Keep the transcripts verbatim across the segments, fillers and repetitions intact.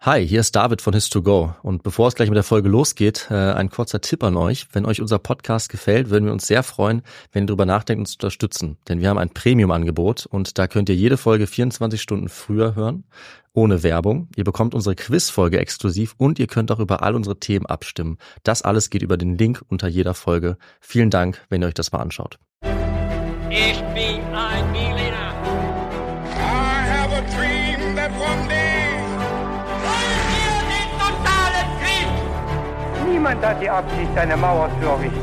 Hi, hier ist David von His to Go und bevor es gleich mit der Folge losgeht, äh, ein kurzer Tipp an euch. Wenn euch unser Podcast gefällt, würden wir uns sehr freuen, wenn ihr darüber nachdenkt, uns zu unterstützen. Denn wir haben ein Premium-Angebot und da könnt ihr jede Folge vierundzwanzig Stunden früher hören, ohne Werbung. Ihr bekommt unsere Quiz-Folge exklusiv und ihr könnt auch über all unsere Themen abstimmen. Das alles geht über den Link unter jeder Folge. Vielen Dank, wenn ihr euch das mal anschaut. Ich bin ein Berliner. I have a dream that one day. Niemand hat die Absicht, eine Mauer zu errichten.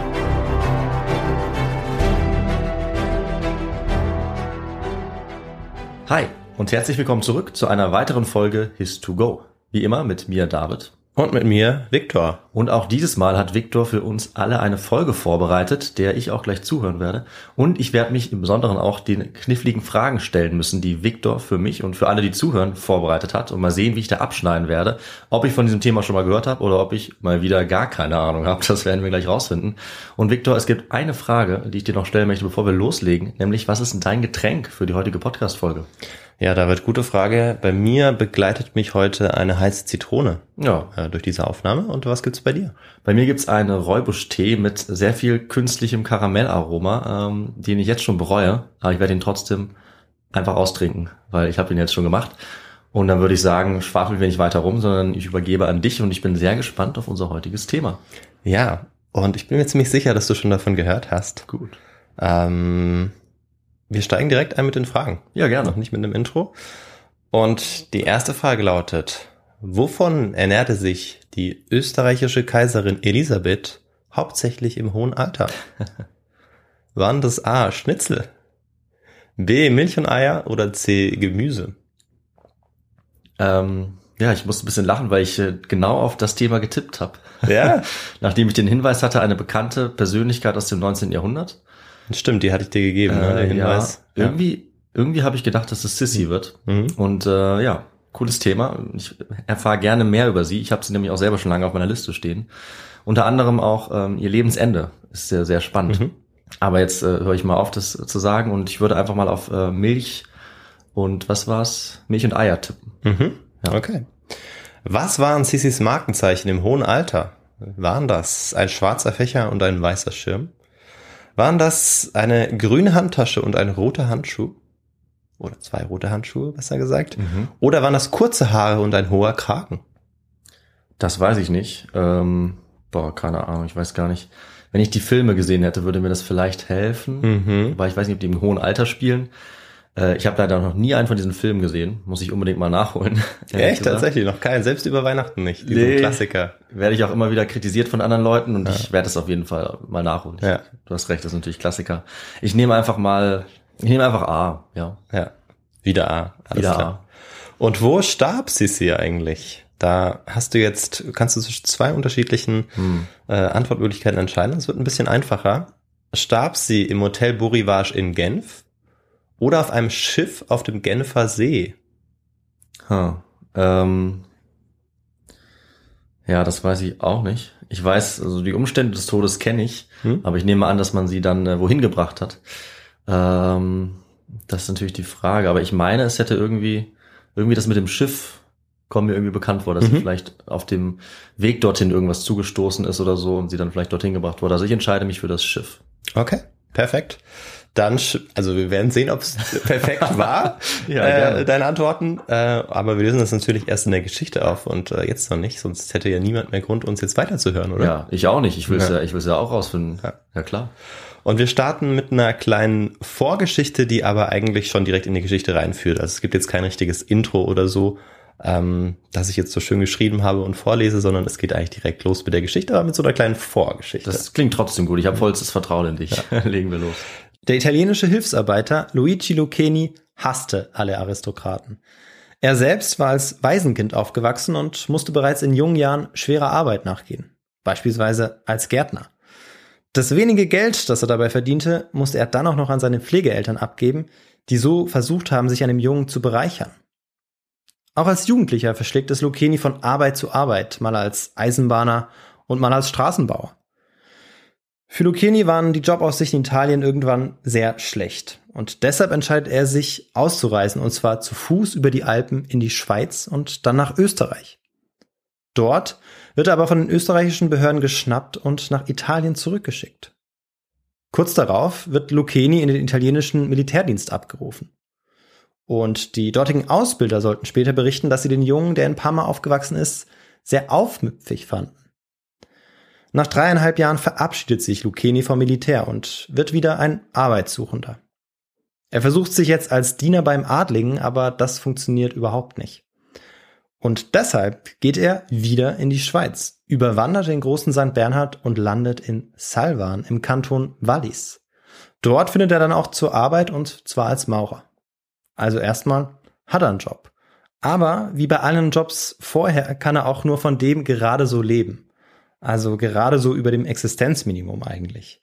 Hi und herzlich willkommen zurück zu einer weiteren Folge His to Go. Wie immer mit mir, David. Und mit mir, Viktor. Und auch dieses Mal hat Viktor für uns alle eine Folge vorbereitet, der ich auch gleich zuhören werde. Und ich werde mich im Besonderen auch den kniffligen Fragen stellen müssen, die Viktor für mich und für alle, die zuhören, vorbereitet hat. Und mal sehen, wie ich da abschneiden werde. Ob ich von diesem Thema schon mal gehört habe oder ob ich mal wieder gar keine Ahnung habe, das werden wir gleich rausfinden. Und Viktor, es gibt eine Frage, die ich dir noch stellen möchte, bevor wir loslegen. Nämlich, was ist denn dein Getränk für die heutige Podcast-Folge? Ja, David, gute Frage. Bei mir begleitet mich heute eine heiße Zitrone ja. äh, durch diese Aufnahme. Und was gibt's bei dir? Bei mir gibt's eine Räubusch-Tee mit sehr viel künstlichem Karamellaroma, ähm, den ich jetzt schon bereue. Aber ich werde ihn trotzdem einfach austrinken, weil ich habe ihn jetzt schon gemacht. Und dann würde ich sagen, schwafeln wir nicht weiter rum, sondern ich übergebe an dich und ich bin sehr gespannt auf unser heutiges Thema. Ja, und ich bin mir ziemlich sicher, dass du schon davon gehört hast. Gut. Ähm... Wir steigen direkt ein mit den Fragen. Ja, gerne. Noch nicht mit einem Intro. Und die erste Frage lautet, wovon ernährte sich die österreichische Kaiserin Elisabeth hauptsächlich im hohen Alter? Waren das A, Schnitzel, B, Milch und Eier oder C, Gemüse? Ähm, ja, ich musste ein bisschen lachen, weil ich äh, genau auf das Thema getippt habe. Ja? Nachdem ich den Hinweis hatte, eine bekannte Persönlichkeit aus dem neunzehnten Jahrhundert. Stimmt, die hatte ich dir gegeben, äh, ne, der Hinweis. Ja, irgendwie, irgendwie habe ich gedacht, dass es Sissi wird. Mhm. Und äh, ja, cooles Thema. Ich erfahre gerne mehr über sie. Ich habe sie nämlich auch selber schon lange auf meiner Liste stehen. Unter anderem auch ähm, ihr Lebensende ist sehr, sehr spannend. Mhm. Aber jetzt äh, höre ich mal auf, das zu sagen. Und ich würde einfach mal auf äh, Milch und was war's? Milch und Eier tippen. Mhm. Ja. Okay. Was waren Sissis Markenzeichen im hohen Alter? Waren das ein schwarzer Fächer und ein weißer Schirm? Waren das eine grüne Handtasche und ein roter Handschuh? Oder zwei rote Handschuhe, besser gesagt. Mhm. Oder waren das kurze Haare und ein hoher Kragen? Das weiß ich nicht. Ähm, boah, keine Ahnung, ich weiß gar nicht. Wenn ich die Filme gesehen hätte, würde mir das vielleicht helfen. Mhm. Aber ich weiß nicht, ob die im hohen Alter spielen. Äh, ich habe leider noch nie einen von diesen Filmen gesehen. Muss ich unbedingt mal nachholen. Echt? Tatsächlich? Noch keinen? Selbst über Weihnachten nicht? Diesen Nee. Klassiker. Werde ich auch immer wieder kritisiert von anderen Leuten und Ja. ich werde es auf jeden Fall mal nachholen. Ich, Ja. Du hast recht, das ist natürlich Klassiker. Ich nehme einfach mal, ich nehme einfach A, ja. Ja. Wieder A. Alles Wieder klar. Und wo starb Sissi eigentlich? Da hast du jetzt, kannst du zwischen zwei unterschiedlichen Hm. äh, Antwortmöglichkeiten entscheiden. Es wird ein bisschen einfacher. Starb sie im Hotel Beau Rivage in Genf oder auf einem Schiff auf dem Genfer See? Huh. Ähm, ja, das weiß ich auch nicht. Ich weiß, also die Umstände des Todes kenne ich, Hm? aber ich nehme an, dass man sie dann äh, wohin gebracht hat. Ähm, das ist natürlich die Frage, aber ich meine, es hätte irgendwie, irgendwie das mit dem Schiff kommt mir irgendwie bekannt vor, dass Mhm. sie vielleicht auf dem Weg dorthin irgendwas zugestoßen ist oder so und sie dann vielleicht dorthin gebracht wurde. Also ich entscheide mich für das Schiff. Okay, perfekt. Dann, sch- also wir werden sehen, ob es perfekt war, Ja, gerne. äh, deine Antworten. Äh, aber wir lösen das natürlich erst in der Geschichte auf und äh, jetzt noch nicht, sonst hätte ja niemand mehr Grund, uns jetzt weiterzuhören, oder? Ja, ich auch nicht. Ich will es Ja. ja, ich will es ja auch rausfinden. Ja. Ja, klar. Und wir starten mit einer kleinen Vorgeschichte, die aber eigentlich schon direkt in die Geschichte reinführt. Also es gibt jetzt kein richtiges Intro oder so, ähm, das ich jetzt so schön geschrieben habe und vorlese, sondern es geht eigentlich direkt los mit der Geschichte, aber mit so einer kleinen Vorgeschichte. Das klingt trotzdem gut. Ich habe vollstes Vertrauen in dich. Ja. Legen wir los. Der italienische Hilfsarbeiter Luigi Lucchini hasste alle Aristokraten. Er selbst war als Waisenkind aufgewachsen und musste bereits in jungen Jahren schwerer Arbeit nachgehen, beispielsweise als Gärtner. Das wenige Geld, das er dabei verdiente, musste er dann auch noch an seine Pflegeeltern abgeben, die so versucht haben, sich an dem Jungen zu bereichern. Auch als Jugendlicher verschlägt es Lucchini von Arbeit zu Arbeit, mal als Eisenbahner und mal als Straßenbauer. Für Lucchini waren die Jobaussichten in Italien irgendwann sehr schlecht. Und deshalb entscheidet er sich auszureisen, und zwar zu Fuß über die Alpen in die Schweiz und dann nach Österreich. Dort wird er aber von den österreichischen Behörden geschnappt und nach Italien zurückgeschickt. Kurz darauf wird Lucchini in den italienischen Militärdienst abgerufen. Und die dortigen Ausbilder sollten später berichten, dass sie den Jungen, der in Parma aufgewachsen ist, sehr aufmüpfig fanden. Nach dreieinhalb Jahren verabschiedet sich Lucchini vom Militär und wird wieder ein Arbeitssuchender. Er versucht sich jetzt als Diener beim Adligen, aber das funktioniert überhaupt nicht. Und deshalb geht er wieder in die Schweiz, überwandert den großen Sankt Bernhard und landet in Salvan im Kanton Wallis. Dort findet er dann auch zur Arbeit, und zwar als Maurer. Also erstmal hat er einen Job. Aber wie bei allen Jobs vorher kann er auch nur von dem gerade so leben. Also gerade so über dem Existenzminimum eigentlich.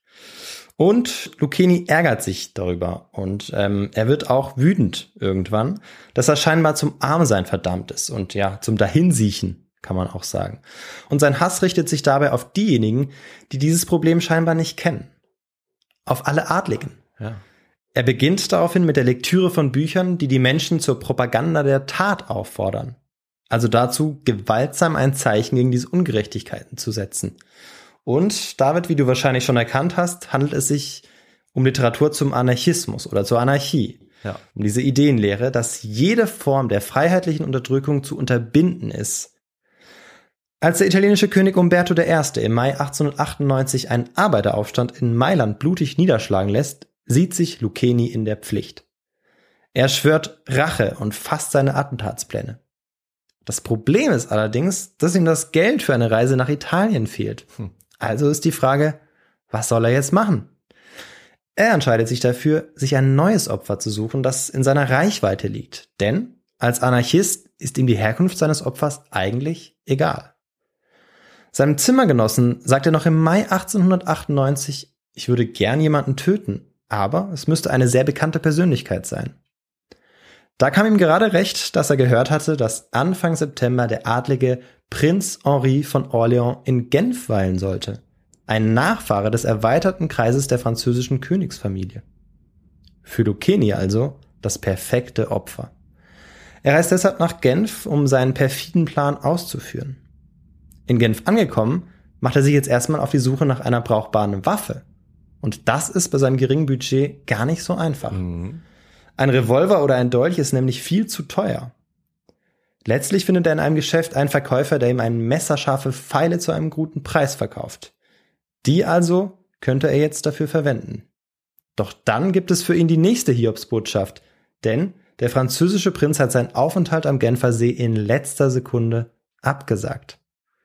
Und Lucchini ärgert sich darüber und ähm, er wird auch wütend irgendwann, dass er scheinbar zum Armsein verdammt ist und ja, zum Dahinsiechen, kann man auch sagen. Und sein Hass richtet sich dabei auf diejenigen, die dieses Problem scheinbar nicht kennen. Auf alle Adligen. Ja. Er beginnt daraufhin mit der Lektüre von Büchern, die die Menschen zur Propaganda der Tat auffordern. Also dazu, gewaltsam ein Zeichen gegen diese Ungerechtigkeiten zu setzen. Und, David, wie du wahrscheinlich schon erkannt hast, handelt es sich um Literatur zum Anarchismus oder zur Anarchie. Ja. Um diese Ideenlehre, dass jede Form der freiheitlichen Unterdrückung zu unterbinden ist. Als der italienische König Umberto der Erste im Mai achtzehnhundertachtundneunzig einen Arbeiteraufstand in Mailand blutig niederschlagen lässt, sieht sich Lucchini in der Pflicht. Er schwört Rache und fasst seine Attentatspläne. Das Problem ist allerdings, dass ihm das Geld für eine Reise nach Italien fehlt. Hm. Also ist die Frage, was soll er jetzt machen? Er entscheidet sich dafür, sich ein neues Opfer zu suchen, das in seiner Reichweite liegt. Denn als Anarchist ist ihm die Herkunft seines Opfers eigentlich egal. Seinem Zimmergenossen sagt er noch im Mai achtzehnhundertachtundneunzig, ich würde gern jemanden töten, aber es müsste eine sehr bekannte Persönlichkeit sein. Da kam ihm gerade recht, dass er gehört hatte, dass Anfang September der adlige Prinz Henri von Orléans in Genf weilen sollte. Ein Nachfahre des erweiterten Kreises der französischen Königsfamilie. Für Lucchini also das perfekte Opfer. Er reist deshalb nach Genf, um seinen perfiden Plan auszuführen. In Genf angekommen, macht er sich jetzt erstmal auf die Suche nach einer brauchbaren Waffe. Und das ist bei seinem geringen Budget gar nicht so einfach. Mhm. Ein Revolver oder ein Dolch ist nämlich viel zu teuer. Letztlich findet er in einem Geschäft einen Verkäufer, der ihm einen messerscharfe Pfeile zu einem guten Preis verkauft. Die also könnte er jetzt dafür verwenden. Doch dann gibt es für ihn die nächste Hiobsbotschaft, denn der französische Prinz hat seinen Aufenthalt am Genfer See in letzter Sekunde abgesagt.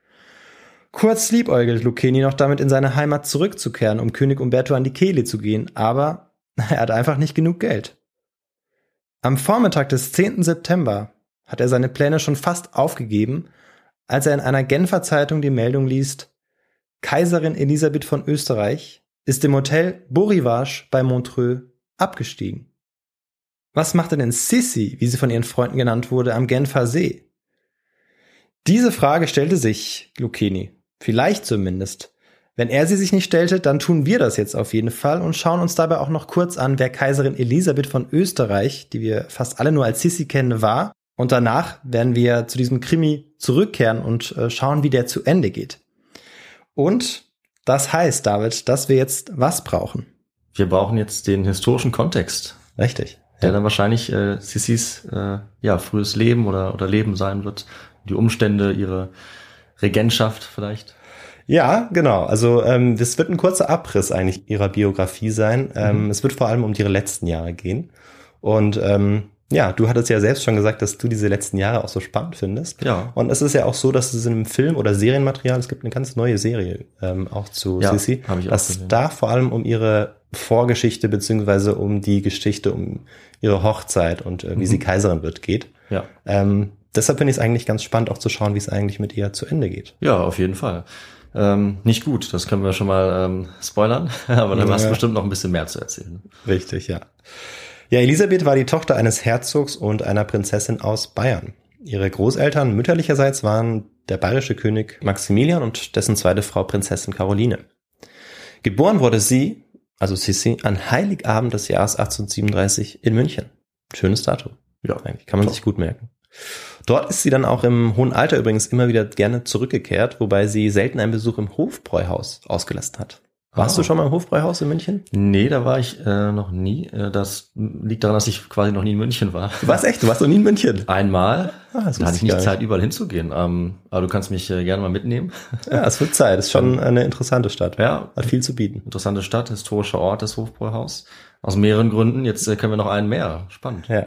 Kurz liebäugelt Lucchini noch damit, in seine Heimat zurückzukehren, um König Umberto an die Kehle zu gehen, aber er hat einfach nicht genug Geld. Am Vormittag des zehnten September hat er seine Pläne schon fast aufgegeben, als er in einer Genfer Zeitung die Meldung liest, Kaiserin Elisabeth von Österreich ist im Hotel Beau Rivage bei Montreux abgestiegen. Was machte denn Sissi, wie sie von ihren Freunden genannt wurde, am Genfer See? Diese Frage stellte sich Lucchini, vielleicht zumindest. Wenn er sie sich nicht stellte, dann tun wir das jetzt auf jeden Fall und schauen uns dabei auch noch kurz an, wer Kaiserin Elisabeth von Österreich, die wir fast alle nur als Sissi kennen, war. Und danach werden wir zu diesem Krimi zurückkehren und äh, schauen, wie der zu Ende geht. Und das heißt, David, dass wir jetzt was brauchen? Wir brauchen jetzt den historischen Kontext. Richtig. Der dann wahrscheinlich äh, Sissis äh, ja, frühes Leben oder, oder Leben sein wird. Die Umstände, ihre Regentschaft vielleicht. Ja, genau. Also ähm, das wird ein kurzer Abriss eigentlich ihrer Biografie sein. Ähm, mhm. Es wird vor allem um ihre letzten Jahre gehen. Und ähm, ja, du hattest ja selbst schon gesagt, dass du diese letzten Jahre auch so spannend findest. Ja. Und es ist ja auch so, dass es in einem Film- oder Serienmaterial, es gibt eine ganz neue Serie ähm, auch zu ja, Sissi, hab ich auch dass gesehen. da vor allem um ihre Vorgeschichte beziehungsweise um die Geschichte, um ihre Hochzeit und äh, wie mhm. sie Kaiserin wird, geht. Ja. Ähm, deshalb finde ich es eigentlich ganz spannend, auch zu schauen, wie es eigentlich mit ihr zu Ende geht. Ja, auf jeden Fall. Ähm, nicht gut, das können wir schon mal ähm, spoilern, aber dann Ja. hast du bestimmt noch ein bisschen mehr zu erzählen. Richtig, ja. Ja, Elisabeth war die Tochter eines Herzogs und einer Prinzessin aus Bayern. Ihre Großeltern mütterlicherseits waren der bayerische König Maximilian und dessen zweite Frau Prinzessin Caroline. Geboren wurde sie also Sissi, an Heiligabend des Jahres achtzehnhundertsiebenunddreißig in München. Schönes Datum. Ja, eigentlich kann man top. Sich gut merken. Dort ist sie dann auch im hohen Alter übrigens immer wieder gerne zurückgekehrt, wobei sie selten einen Besuch im Hofbräuhaus ausgelassen hat. Warst ah. du schon mal im Hofbräuhaus in München? Nee, da war ich äh, noch nie. Das liegt daran, dass ich quasi noch nie in München war. Du warst echt? Du warst noch nie in München? Einmal. Ah, das da hatte ich nicht nicht. Zeit, überall hinzugehen. Ähm, aber du kannst mich äh, gerne mal mitnehmen. Ja, es wird Zeit. Es ist schon eine interessante Stadt. Ja. Hat viel zu bieten. Interessante Stadt, historischer Ort, das Hofbräuhaus. Aus mehreren Gründen. Jetzt äh, können wir noch einen mehr. Spannend. Ja.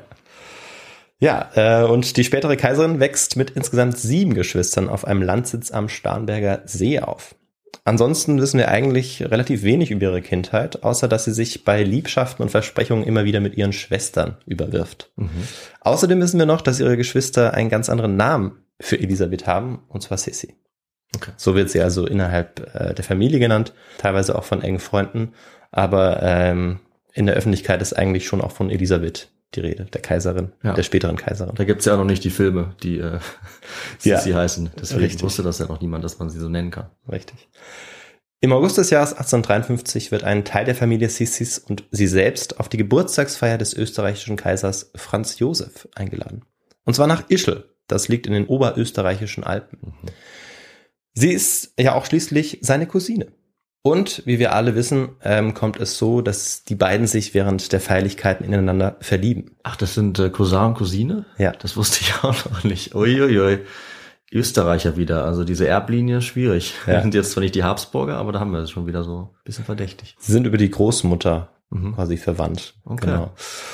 Ja, äh, und die spätere Kaiserin wächst mit insgesamt sieben Geschwistern auf einem Landsitz am Starnberger See auf. Ansonsten wissen wir eigentlich relativ wenig über ihre Kindheit, außer dass sie sich bei Liebschaften und Versprechungen immer wieder mit ihren Schwestern überwirft. Mhm. Außerdem wissen wir noch, dass ihre Geschwister einen ganz anderen Namen für Elisabeth haben, und zwar Sissi. Okay. So wird sie also innerhalb äh, der Familie genannt, teilweise auch von engen Freunden, aber ähm, in der Öffentlichkeit ist eigentlich schon auch von Elisabeth die Rede, der Kaiserin, ja. der späteren Kaiserin. Da gibt's ja auch noch nicht die Filme, die äh, Sissi ja. heißen. Deswegen Richtig. Wusste das ja noch niemand, dass man sie so nennen kann. Richtig. Im August des Jahres achtzehnhundertdreiundfünfzig wird ein Teil der Familie Sissis und sie selbst auf die Geburtstagsfeier des österreichischen Kaisers Franz Josef eingeladen. Und zwar nach Ischl. Das liegt in den oberösterreichischen Alpen. Mhm. Sie ist ja auch schließlich seine Cousine. Und wie wir alle wissen, ähm, kommt es so, dass die beiden sich während der Feierlichkeiten ineinander verlieben. Ach, das sind äh, Cousin und Cousine? Ja. Das wusste ich auch noch nicht. Uiuiui. Österreicher wieder, also diese Erblinie schwierig. Ja. Wir sind jetzt zwar nicht die Habsburger, aber da haben wir es schon wieder so ein bisschen verdächtig. Sie sind über die Großmutter mhm. quasi verwandt. Okay. Genau.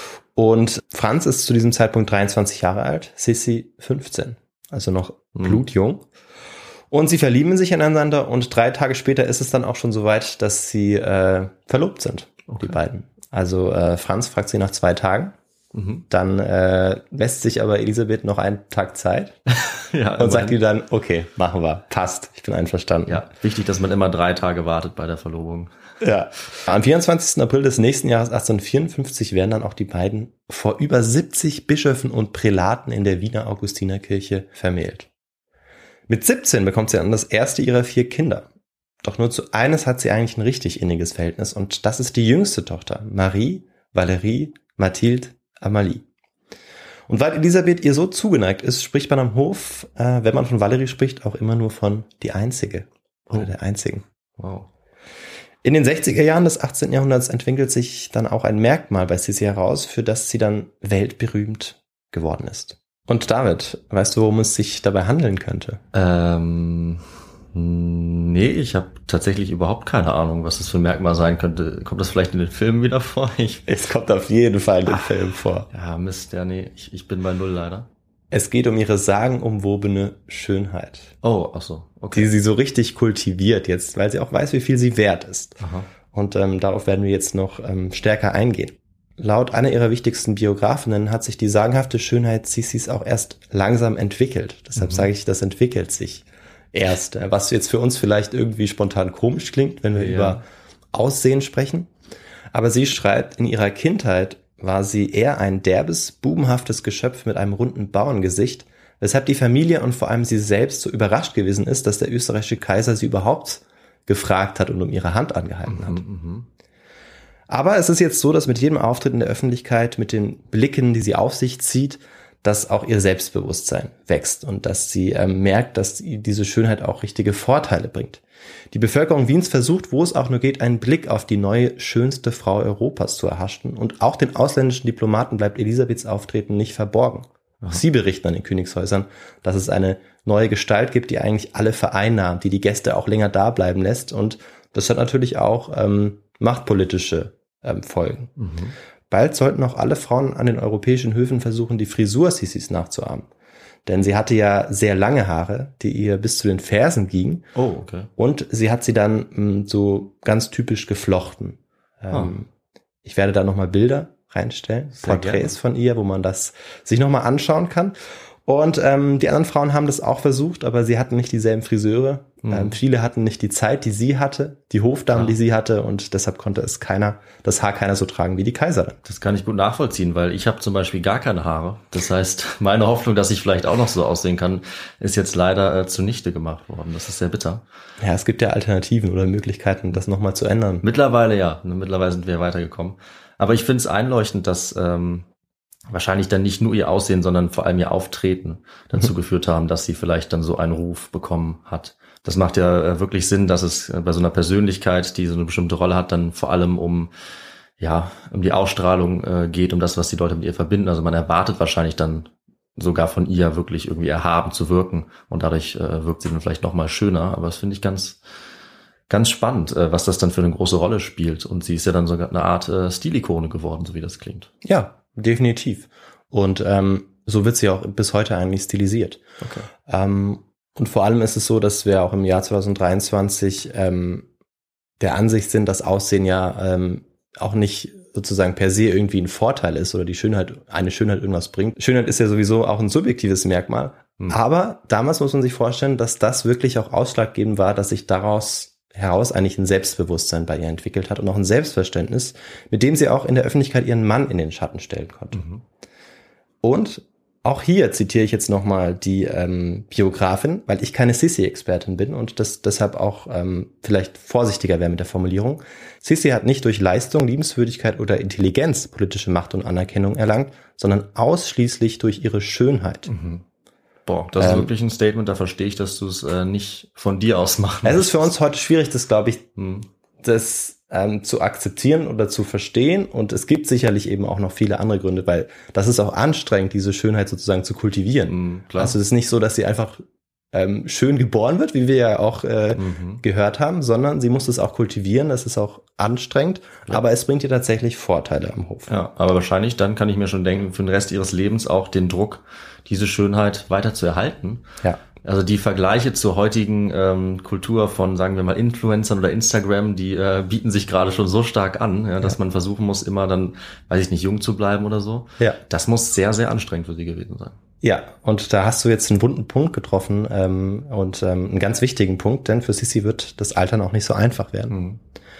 Und Franz ist zu diesem Zeitpunkt dreiundzwanzig Jahre alt, Sissi fünfzehn, also noch mhm. blutjung. Und sie verlieben sich ineinander und drei Tage später ist es dann auch schon soweit, dass sie äh, verlobt sind, okay. die beiden. Also äh, Franz fragt sie nach zwei Tagen. Mhm. Dann äh, lässt sich aber Elisabeth noch einen Tag Zeit ja, und sagt ihr dann, okay, machen wir, passt, ich bin einverstanden. Ja, wichtig, dass man immer drei Tage wartet bei der Verlobung. Ja. Am vierundzwanzigsten April des nächsten Jahres achtzehnhundertvierundfünfzig werden dann auch die beiden vor über siebzig Bischöfen und Prälaten in der Wiener Augustinerkirche vermählt. Mit siebzehn bekommt sie dann das erste ihrer vier Kinder. Doch nur zu eines hat sie eigentlich ein richtig inniges Verhältnis und das ist die jüngste Tochter, Marie, Valerie, Mathilde, Amalie. Und weil Elisabeth ihr so zugeneigt ist, spricht man am Hof, äh, wenn man von Valerie spricht, auch immer nur von die Einzige oder oh. der Einzigen. Wow. In den sechziger Jahren des achtzehnten Jahrhunderts entwickelt sich dann auch ein Merkmal bei Sissi heraus, für das sie dann weltberühmt geworden ist. Und David, weißt du, worum es sich dabei handeln könnte? Ähm, nee, ich habe tatsächlich überhaupt keine Ahnung, was das für ein Merkmal sein könnte. Kommt das vielleicht in den Filmen wieder vor? Ich, es kommt auf jeden Fall in den Ach, Filmen vor. Ja, Mist, ja, nee, ich, ich bin bei Null leider. Es geht um ihre sagenumwobene Schönheit. Oh, ach so, okay. Die sie so richtig kultiviert jetzt, weil sie auch weiß, wie viel sie wert ist. Aha. Und ähm, darauf werden wir jetzt noch ähm, stärker eingehen. Laut einer ihrer wichtigsten Biografinnen hat sich die sagenhafte Schönheit Sissis auch erst langsam entwickelt. Deshalb mhm. sage ich, das entwickelt sich erst. Was jetzt für uns vielleicht irgendwie spontan komisch klingt, wenn wir ja. über Aussehen sprechen. Aber sie schreibt, in ihrer Kindheit war sie eher ein derbes, bubenhaftes Geschöpf mit einem runden Bauerngesicht, weshalb die Familie und vor allem sie selbst so überrascht gewesen ist, dass der österreichische Kaiser sie überhaupt gefragt hat und um ihre Hand angehalten hat. Mhm. Aber es ist jetzt so, dass mit jedem Auftritt in der Öffentlichkeit, mit den Blicken, die sie auf sich zieht, dass auch ihr Selbstbewusstsein wächst und dass sie äh, merkt, dass diese Schönheit auch richtige Vorteile bringt. Die Bevölkerung Wiens versucht, wo es auch nur geht, einen Blick auf die neue, schönste Frau Europas zu erhaschen. Und auch den ausländischen Diplomaten bleibt Elisabeths Auftreten nicht verborgen. Auch sie berichten an den Königshäusern, dass es eine neue Gestalt gibt, die eigentlich alle vereinnahmt, die die Gäste auch länger da bleiben lässt. Und das hat natürlich auch ähm, machtpolitische ähm, Folgen. Mhm. Bald sollten auch alle Frauen an den europäischen Höfen versuchen, die Frisur Sissis nachzuahmen. Denn sie hatte ja sehr lange Haare, die ihr bis zu den Fersen gingen. Oh, okay. Und sie hat sie dann mh, so ganz typisch geflochten. Ähm, oh. Ich werde da nochmal Bilder reinstellen, sehr Porträts gerne von ihr, wo man das sich nochmal anschauen kann. Und ähm, die anderen Frauen haben das auch versucht, aber sie hatten nicht dieselben Friseure. Mhm. Ähm, viele hatten nicht die Zeit, die sie hatte, die Hofdamen, ja. die sie hatte, und deshalb konnte es keiner, das Haar keiner so tragen wie die Kaiserin. Das kann ich gut nachvollziehen, weil ich habe zum Beispiel gar keine Haare. Das heißt, meine Hoffnung, dass ich vielleicht auch noch so aussehen kann, ist jetzt leider äh, zunichte gemacht worden. Das ist sehr bitter. Ja, es gibt ja Alternativen oder Möglichkeiten, das nochmal zu ändern. Mittlerweile ja, mittlerweile sind wir weitergekommen. Aber ich finde es einleuchtend, dass ähm, wahrscheinlich dann nicht nur ihr Aussehen, sondern vor allem ihr Auftreten dazu mhm. geführt haben, dass sie vielleicht dann so einen Ruf bekommen hat. Das macht ja wirklich Sinn, dass es bei so einer Persönlichkeit, die so eine bestimmte Rolle hat, dann vor allem um ja um die Ausstrahlung äh, geht, um das, was die Leute mit ihr verbinden. Also man erwartet wahrscheinlich dann sogar von ihr wirklich irgendwie erhaben zu wirken, und dadurch äh, wirkt sie dann vielleicht noch mal schöner. Aber das finde ich ganz ganz spannend, äh, was das dann für eine große Rolle spielt. Und sie ist ja dann sogar eine Art äh, Stilikone geworden, so wie das klingt. Ja, definitiv. Und ähm, so wird sie auch bis heute eigentlich stilisiert. Okay. Ähm, Und vor allem ist es so, dass wir auch im Jahr zwanzig dreiundzwanzig ähm, der Ansicht sind, dass Aussehen ja ähm, auch nicht sozusagen per se irgendwie ein Vorteil ist oder die Schönheit, eine Schönheit irgendwas bringt. Schönheit ist ja sowieso auch ein subjektives Merkmal. Mhm. Aber damals muss man sich vorstellen, dass das wirklich auch ausschlaggebend war, dass sich daraus heraus eigentlich ein Selbstbewusstsein bei ihr entwickelt hat und auch ein Selbstverständnis, mit dem sie auch in der Öffentlichkeit ihren Mann in den Schatten stellen konnte. Mhm. Und auch hier zitiere ich jetzt nochmal die ähm, Biografin, weil ich keine Sissi-Expertin bin und das deshalb auch ähm, vielleicht vorsichtiger wäre mit der Formulierung. Sissi hat nicht durch Leistung, Liebenswürdigkeit oder Intelligenz politische Macht und Anerkennung erlangt, sondern ausschließlich durch ihre Schönheit. Mhm. Boah, das ist ähm, wirklich ein Statement, da verstehe ich, dass du es äh, nicht von dir aus machen musst. Es ist für uns heute schwierig, das glaube ich, mhm. das ähm, zu akzeptieren oder zu verstehen, und es gibt sicherlich eben auch noch viele andere Gründe, weil das ist auch anstrengend, diese Schönheit sozusagen zu kultivieren. Mhm, klar. Also es ist nicht so, dass sie einfach ähm, schön geboren wird, wie wir ja auch äh, mhm. gehört haben, sondern sie muss es auch kultivieren, das ist auch anstrengend, ja. aber es bringt ihr tatsächlich Vorteile am Hof. Ja, aber wahrscheinlich, dann kann ich mir schon denken, für den Rest ihres Lebens auch den Druck, diese Schönheit weiter zu erhalten. Ja. Also die Vergleiche zur heutigen ähm, Kultur von, sagen wir mal, Influencern oder Instagram, die äh, bieten sich gerade schon so stark an, ja, dass ja. man versuchen muss, immer dann, weiß ich nicht, jung zu bleiben oder so. Ja. Das muss sehr, sehr anstrengend für sie gewesen sein. Ja, und da hast du jetzt einen wunden Punkt getroffen ähm, und ähm, einen ganz wichtigen Punkt, denn für Sissi wird das Altern auch nicht so einfach werden. Mhm.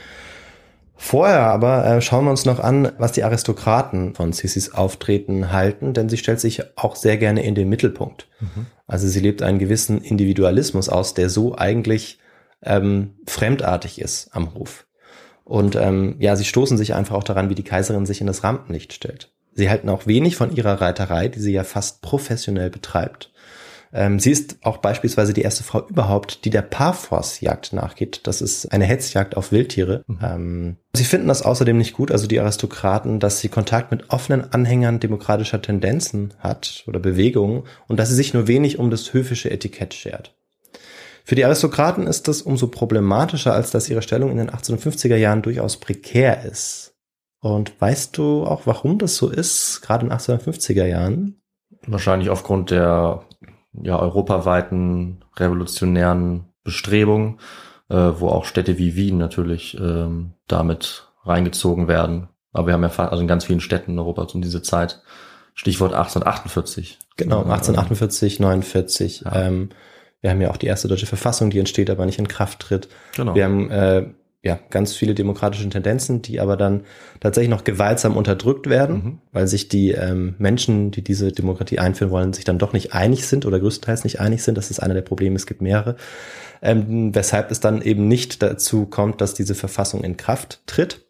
Vorher aber äh, schauen wir uns noch an, was die Aristokraten von Sissis Auftreten halten, denn sie stellt sich auch sehr gerne in den Mittelpunkt. Mhm. Also sie lebt einen gewissen Individualismus aus, der so eigentlich ähm, fremdartig ist am Hof. Und ähm, ja, sie stoßen sich einfach auch daran, wie die Kaiserin sich in das Rampenlicht stellt. Sie halten auch wenig von ihrer Reiterei, die sie ja fast professionell betreibt. Ähm, sie ist auch beispielsweise die erste Frau überhaupt, die der Parforce-Jagd nachgeht. Das ist eine Hetzjagd auf Wildtiere. Mhm. Ähm, sie finden das außerdem nicht gut, also die Aristokraten, dass sie Kontakt mit offenen Anhängern demokratischer Tendenzen hat oder Bewegungen und dass sie sich nur wenig um das höfische Etikett schert. Für die Aristokraten ist das umso problematischer, als dass ihre Stellung in den achtzehnhundertfünfziger Jahren durchaus prekär ist. Und weißt du auch, warum das so ist, gerade in den achtzehnhundertfünfziger Jahren? Wahrscheinlich aufgrund der ja europaweiten revolutionären Bestrebungen, äh, wo auch Städte wie Wien natürlich ähm, damit reingezogen werden. Aber wir haben ja also in ganz vielen Städten in Europa um diese Zeit, Stichwort achtzehnhundertachtundvierzig. Genau, achtzehnhundertachtundvierzig, neunundvierzig. Ja. Ähm, wir haben ja auch die erste deutsche Verfassung, die entsteht, aber nicht in Kraft tritt. Genau. Wir haben äh, ja ganz viele demokratische Tendenzen, die aber dann tatsächlich noch gewaltsam unterdrückt werden, mhm. weil sich die ähm, Menschen, die diese Demokratie einführen wollen, sich dann doch nicht einig sind oder größtenteils nicht einig sind. Das ist einer der Probleme, es gibt mehrere. Ähm, weshalb es dann eben nicht dazu kommt, dass diese Verfassung in Kraft tritt.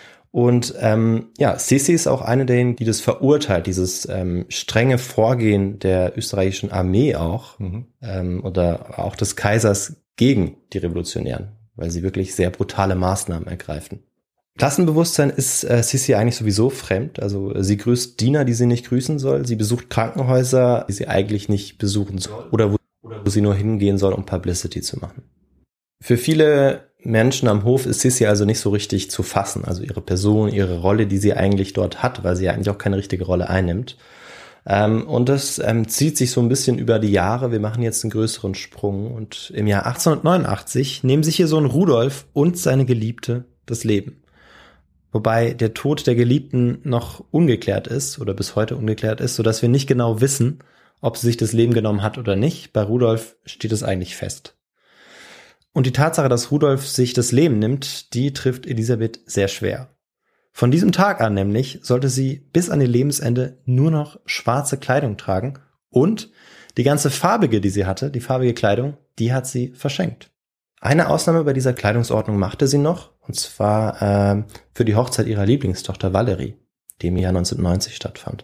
Und ähm, ja, Sissi ist auch eine derjenigen, die das verurteilt, dieses ähm, strenge Vorgehen der österreichischen Armee auch mhm. ähm, oder auch des Kaisers gegen die Revolutionären, weil sie wirklich sehr brutale Maßnahmen ergreifen. Klassenbewusstsein ist äh, Sissi eigentlich sowieso fremd. Also sie grüßt Diener, die sie nicht grüßen soll. Sie besucht Krankenhäuser, die sie eigentlich nicht besuchen soll oder wo, oder wo sie nur hingehen soll, um Publicity zu machen. Für viele Menschen am Hof ist Sissi also nicht so richtig zu fassen. Also ihre Person, ihre Rolle, die sie eigentlich dort hat, weil sie ja eigentlich auch keine richtige Rolle einnimmt. Ähm, und das ähm, zieht sich so ein bisschen über die Jahre. Wir machen jetzt einen größeren Sprung. Und im Jahr achtzehnhundertneunundachtzig nehmen sich ihr Sohn Rudolf und seine Geliebte das Leben. Wobei der Tod der Geliebten noch ungeklärt ist oder bis heute ungeklärt ist, sodass wir nicht genau wissen, ob sie sich das Leben genommen hat oder nicht. Bei Rudolf steht es eigentlich fest. Und die Tatsache, dass Rudolf sich das Leben nimmt, die trifft Elisabeth sehr schwer. Von diesem Tag an nämlich sollte sie bis an ihr Lebensende nur noch schwarze Kleidung tragen und die ganze farbige, die sie hatte, die farbige Kleidung, die hat sie verschenkt. Eine Ausnahme bei dieser Kleidungsordnung machte sie noch, und zwar äh, für die Hochzeit ihrer Lieblingstochter Valerie, die im Jahr neunzehnhundertneunzig stattfand.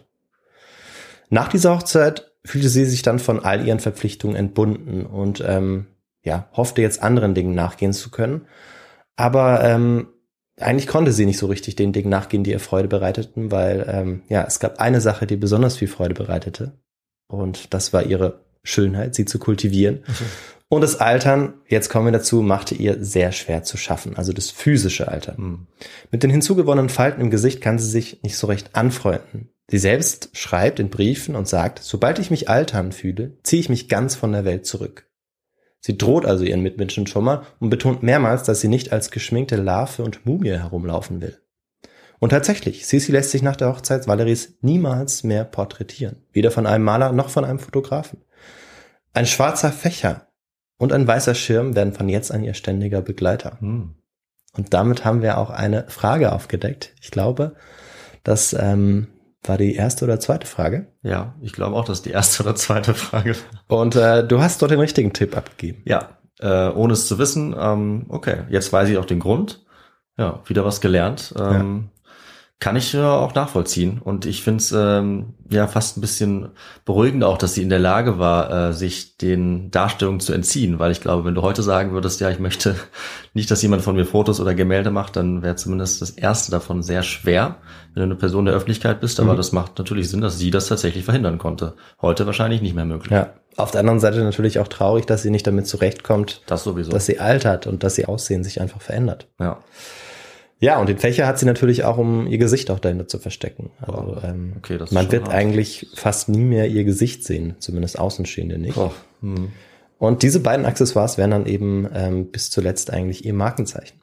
Nach dieser Hochzeit fühlte sie sich dann von all ihren Verpflichtungen entbunden und ähm, ja, hoffte jetzt anderen Dingen nachgehen zu können. Aber ähm, eigentlich konnte sie nicht so richtig den Dingen nachgehen, die ihr Freude bereiteten, weil ähm, ja, es gab eine Sache, die besonders viel Freude bereitete. Und das war ihre Schönheit, sie zu kultivieren. Okay. Und das Altern, jetzt kommen wir dazu, machte ihr sehr schwer zu schaffen, also das physische Altern. Mhm. Mit den hinzugewonnenen Falten im Gesicht kann sie sich nicht so recht anfreunden. Sie selbst schreibt in Briefen und sagt, sobald ich mich altern fühle, ziehe ich mich ganz von der Welt zurück. Sie droht also ihren Mitmenschen schon mal und betont mehrmals, dass sie nicht als geschminkte Larve und Mumie herumlaufen will. Und tatsächlich, Sissi lässt sich nach der Hochzeit Valeries niemals mehr porträtieren. Weder von einem Maler noch von einem Fotografen. Ein schwarzer Fächer und ein weißer Schirm werden von jetzt an ihr ständiger Begleiter. Hm. Und damit haben wir auch eine Frage aufgedeckt. Ich glaube, das ähm, war die erste oder zweite Frage. Ja, ich glaube auch, dass die erste oder zweite Frage war. Und äh, du hast dort den richtigen Tipp abgegeben. Ja, äh, ohne es zu wissen. Ähm, okay, jetzt weiß ich auch den Grund. Ja, wieder was gelernt. Ähm, ja. Kann ich äh, auch nachvollziehen. Und ich finde es ähm, ja fast ein bisschen beruhigend auch, dass sie in der Lage war, äh, sich den Darstellungen zu entziehen. Weil ich glaube, wenn du heute sagen würdest, ja, ich möchte nicht, dass jemand von mir Fotos oder Gemälde macht, dann wäre zumindest das erste davon sehr schwer, wenn du eine Person der Öffentlichkeit bist. Aber mhm. das macht natürlich Sinn, dass sie das tatsächlich verhindern konnte. Heute wahrscheinlich nicht mehr möglich. Ja. Auf der anderen Seite natürlich auch traurig, dass sie nicht damit zurechtkommt, das sowieso, dass sie altert und dass ihr Aussehen sich einfach verändert. Ja. Ja, und den Fächer hat sie natürlich auch, um ihr Gesicht auch dahinter zu verstecken. Also ähm, okay, das man wird hart. Eigentlich fast nie mehr ihr Gesicht sehen, zumindest Außenstehende nicht. Oh. Hm. Und diese beiden Accessoires wären dann eben ähm, bis zuletzt eigentlich ihr Markenzeichen.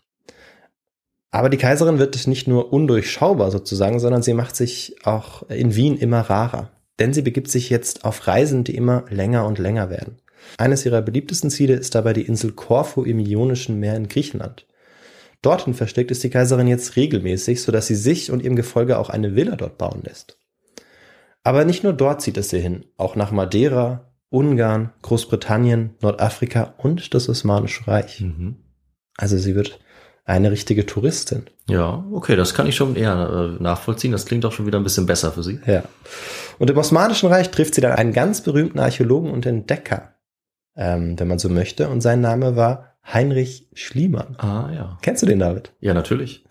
Aber die Kaiserin wird nicht nur undurchschaubar sozusagen, sondern sie macht sich auch in Wien immer rarer. Denn sie begibt sich jetzt auf Reisen, die immer länger und länger werden. Eines ihrer beliebtesten Ziele ist dabei die Insel Korfu im Ionischen Meer in Griechenland. Dorthin versteckt ist die Kaiserin jetzt regelmäßig, sodass sie sich und ihrem Gefolge auch eine Villa dort bauen lässt. Aber nicht nur dort zieht es sie hin, auch nach Madeira, Ungarn, Großbritannien, Nordafrika und das Osmanische Reich. Mhm. Also sie wird eine richtige Touristin. Ja, okay, das kann ich schon eher äh, nachvollziehen. Das klingt auch schon wieder ein bisschen besser für sie. Ja. Und im Osmanischen Reich trifft sie dann einen ganz berühmten Archäologen und Entdecker, ähm, wenn man so möchte. Und sein Name war Heinrich Schliemann. Ah, ja. Kennst du den, David? Ja, natürlich.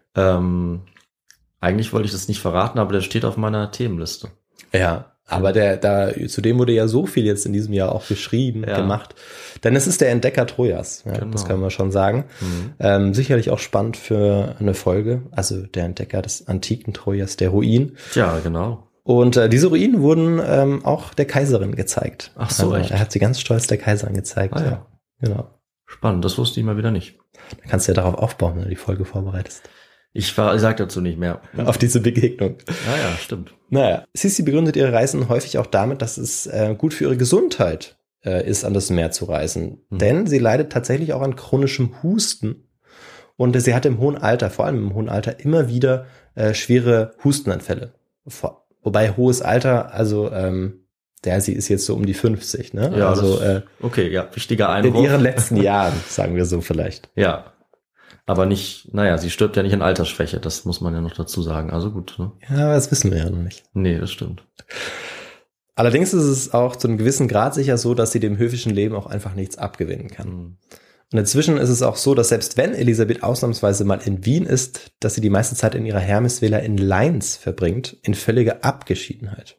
Ähm, eigentlich wollte ich das nicht verraten, aber der steht auf meiner Themenliste. Ja, aber der, da, zu dem wurde ja so viel jetzt in diesem Jahr auch geschrieben, ja. gemacht. Denn es ist der Entdecker Trojas. Ja, genau. Das können wir schon sagen. Mhm. Ähm, sicherlich auch spannend für eine Folge. Also der Entdecker des antiken Trojas, der Ruin. Ja, genau. Und äh, diese Ruinen wurden ähm, auch der Kaiserin gezeigt. Ach so, also, echt? Er hat sie ganz stolz der Kaiserin gezeigt. Ah, ja. ja. Genau. Spannend, das wusste ich mal wieder nicht. Da kannst du ja darauf aufbauen, wenn du die Folge vorbereitest. Ich, war, ich sag dazu nicht mehr. Auf diese Begegnung. Ah ja, stimmt. Naja, Sissi begründet ihre Reisen häufig auch damit, dass es äh, gut für ihre Gesundheit äh, ist, an das Meer zu reisen. Mhm. Denn sie leidet tatsächlich auch an chronischem Husten. Und äh, sie hat im hohen Alter, vor allem im hohen Alter, immer wieder äh, schwere Hustenanfälle. Vor, wobei hohes Alter, also ähm, der, sie ist jetzt so um die fünfzig, ne? Ja, also, das, äh, okay, ja, wichtiger Einwurf. In ihren letzten Jahren, sagen wir so vielleicht. Ja, aber nicht, naja, sie stirbt ja nicht an Altersschwäche, das muss man ja noch dazu sagen, also gut, ne? Ja, das wissen wir ja noch nicht. Nee, das stimmt. Allerdings ist es auch zu einem gewissen Grad sicher so, dass sie dem höfischen Leben auch einfach nichts abgewinnen kann. Mhm. Und inzwischen ist es auch so, dass selbst wenn Elisabeth ausnahmsweise mal in Wien ist, dass sie die meiste Zeit in ihrer Hermes-Villa in Leins verbringt, in völliger Abgeschiedenheit.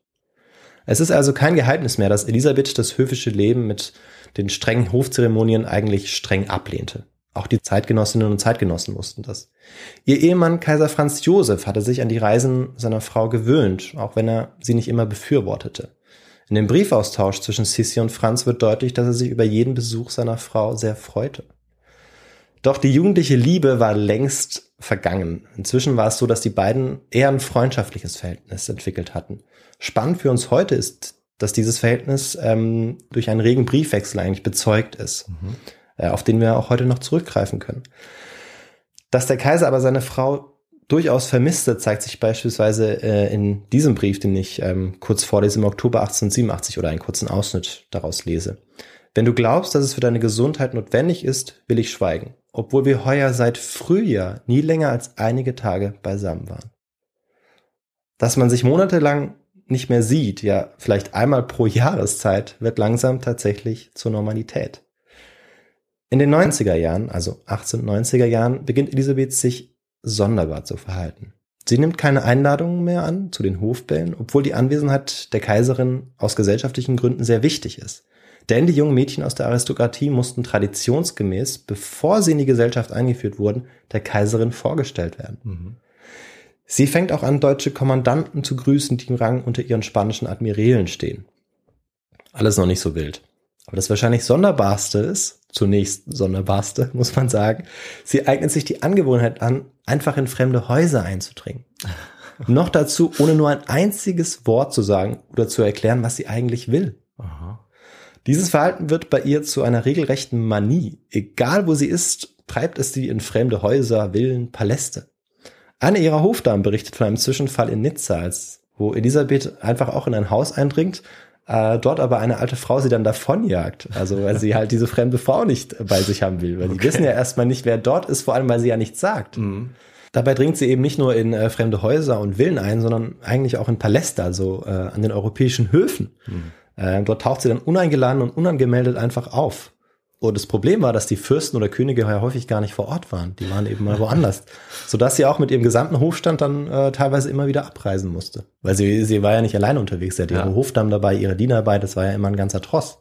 Es ist also kein Geheimnis mehr, dass Elisabeth das höfische Leben mit den strengen Hofzeremonien eigentlich streng ablehnte. Auch die Zeitgenossinnen und Zeitgenossen wussten das. Ihr Ehemann Kaiser Franz Josef hatte sich an die Reisen seiner Frau gewöhnt, auch wenn er sie nicht immer befürwortete. In dem Briefaustausch zwischen Sissi und Franz wird deutlich, dass er sich über jeden Besuch seiner Frau sehr freute. Doch die jugendliche Liebe war längst vergangen. Inzwischen war es so, dass die beiden eher ein freundschaftliches Verhältnis entwickelt hatten. Spannend für uns heute ist, dass dieses Verhältnis ähm, durch einen regen Briefwechsel eigentlich bezeugt ist. Mhm. äh, auf den wir auch heute noch zurückgreifen können. Dass der Kaiser aber seine Frau durchaus vermisste, zeigt sich beispielsweise äh, in diesem Brief, den ich ähm, kurz vorlese, im Oktober achtzehnhundertsiebenundachtzig oder einen kurzen Ausschnitt daraus lese. Wenn du glaubst, dass es für deine Gesundheit notwendig ist, will ich schweigen, obwohl wir heuer seit Frühjahr nie länger als einige Tage beisammen waren. Dass man sich monatelang nicht mehr sieht, ja vielleicht einmal pro Jahreszeit, wird langsam tatsächlich zur Normalität. In den neunziger Jahren, also achtzehnhundertneunziger Jahren, beginnt Elisabeth sich sonderbar zu verhalten. Sie nimmt keine Einladungen mehr an zu den Hofbällen, obwohl die Anwesenheit der Kaiserin aus gesellschaftlichen Gründen sehr wichtig ist. Denn die jungen Mädchen aus der Aristokratie mussten traditionsgemäß, bevor sie in die Gesellschaft eingeführt wurden, der Kaiserin vorgestellt werden. Mhm. Sie fängt auch an, deutsche Kommandanten zu grüßen, die im Rang unter ihren spanischen Admirälen stehen. Alles noch nicht so wild. Aber das wahrscheinlich Sonderbarste ist, zunächst Sonderbarste, muss man sagen, sie eignet sich die Angewohnheit an, einfach in fremde Häuser einzudringen. Noch dazu, ohne nur ein einziges Wort zu sagen oder zu erklären, was sie eigentlich will. Aha. Dieses Verhalten wird bei ihr zu einer regelrechten Manie. Egal wo sie ist, treibt es sie in fremde Häuser, Villen, Paläste. Eine ihrer Hofdamen berichtet von einem Zwischenfall in Nizza, als, wo Elisabeth einfach auch in ein Haus eindringt, äh, dort aber eine alte Frau sie dann davonjagt. Also weil sie halt diese fremde Frau nicht bei sich haben will. Weil okay. Die wissen ja erstmal nicht, wer dort ist, vor allem weil sie ja nichts sagt. Mhm. Dabei dringt sie eben nicht nur in äh, fremde Häuser und Villen ein, sondern eigentlich auch in Paläste, also äh, an den europäischen Höfen. Mhm. Äh, dort taucht sie dann uneingeladen und unangemeldet einfach auf. Und das Problem war, dass die Fürsten oder Könige ja häufig gar nicht vor Ort waren. Die waren eben mal woanders. Sodass sie auch mit ihrem gesamten Hofstand dann äh, teilweise immer wieder abreisen musste. Weil sie, sie war ja nicht alleine unterwegs. Sie hatte ja. ihre Hofdamen dabei, ihre Diener dabei. Das war ja immer ein ganzer Tross.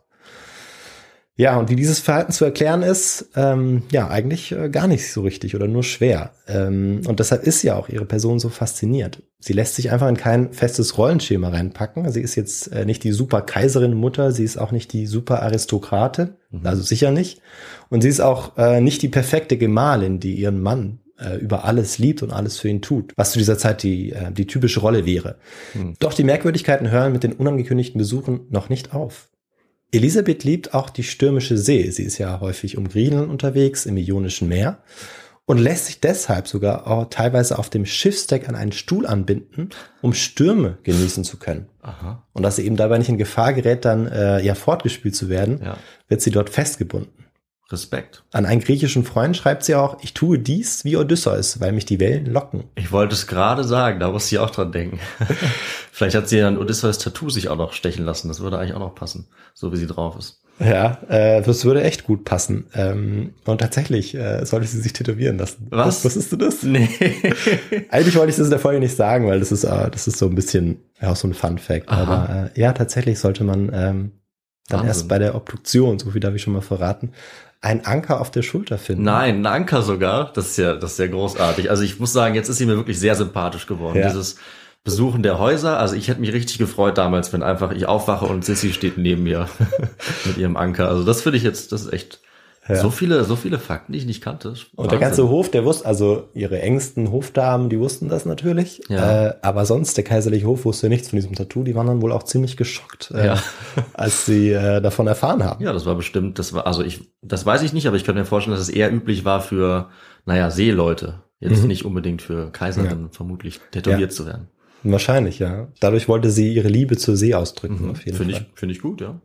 Ja, und wie dieses Verhalten zu erklären ist, ähm, ja, eigentlich äh, gar nicht so richtig oder nur schwer. Ähm, und deshalb ist ja auch ihre Person so fasziniert. Sie lässt sich einfach in kein festes Rollenschema reinpacken. Sie ist jetzt äh, nicht die super Kaiserin-Mutter, sie ist auch nicht die super Aristokratin, mhm. also sicher nicht. Und sie ist auch äh, nicht die perfekte Gemahlin, die ihren Mann äh, über alles liebt und alles für ihn tut, was zu dieser Zeit die, äh, die typische Rolle wäre. Mhm. Doch die Merkwürdigkeiten hören mit den unangekündigten Besuchen noch nicht auf. Elisabeth liebt auch die stürmische See. Sie ist ja häufig um Griechenland unterwegs, im Ionischen Meer und lässt sich deshalb sogar auch teilweise auf dem Schiffsdeck an einen Stuhl anbinden, um Stürme genießen zu können. Aha. Und dass sie eben dabei nicht in Gefahr gerät, dann äh, ja fortgespült zu werden, ja. wird sie dort festgebunden. Respekt. An einen griechischen Freund schreibt sie auch, ich tue dies wie Odysseus, weil mich die Wellen locken. Ich wollte es gerade sagen, da muss sie auch dran denken. Vielleicht hat sie ja ein Odysseus-Tattoo sich auch noch stechen lassen. Das würde eigentlich auch noch passen, so wie sie drauf ist. Ja, äh, das würde echt gut passen. Ähm, und tatsächlich äh, sollte sie sich tätowieren lassen. Was? Was ist denn das? Nee. Eigentlich wollte ich das in der Folge nicht sagen, weil das ist, äh, das ist so ein bisschen ja, auch so ein Fun-Fact. Aha. Aber äh, ja, tatsächlich sollte man ähm, dann Wahnsinn. Erst bei der Obduktion, so viel darf ich schon mal verraten, ein Anker auf der Schulter finden. Nein, ein Anker sogar. Das ist ja, das ist ja großartig. Also ich muss sagen, jetzt ist sie mir wirklich sehr sympathisch geworden. Ja. Dieses Besuchen der Häuser. Also ich hätte mich richtig gefreut damals, wenn einfach ich aufwache und Sissi steht neben mir mit ihrem Anker. Also das finde ich jetzt, das ist echt ja. so viele, so viele Fakten, die ich nicht kannte. Und Wahnsinn. Der ganze Hof, der wusste, also ihre engsten Hofdamen, die wussten das natürlich. Ja. Äh, aber sonst, der kaiserliche Hof wusste nichts von diesem Tattoo. Die waren dann wohl auch ziemlich geschockt, äh, ja. als sie äh, davon erfahren haben. Ja, das war bestimmt, das war, also ich, das weiß ich nicht, aber ich könnte mir vorstellen, dass es eher üblich war für, naja, Seeleute. Jetzt mhm. nicht unbedingt für Kaiserinnen ja. vermutlich tätowiert ja. zu werden. Wahrscheinlich, ja. Dadurch wollte sie ihre Liebe zur See ausdrücken, mhm. auf jeden Find Fall. Ich, finde ich gut, ja.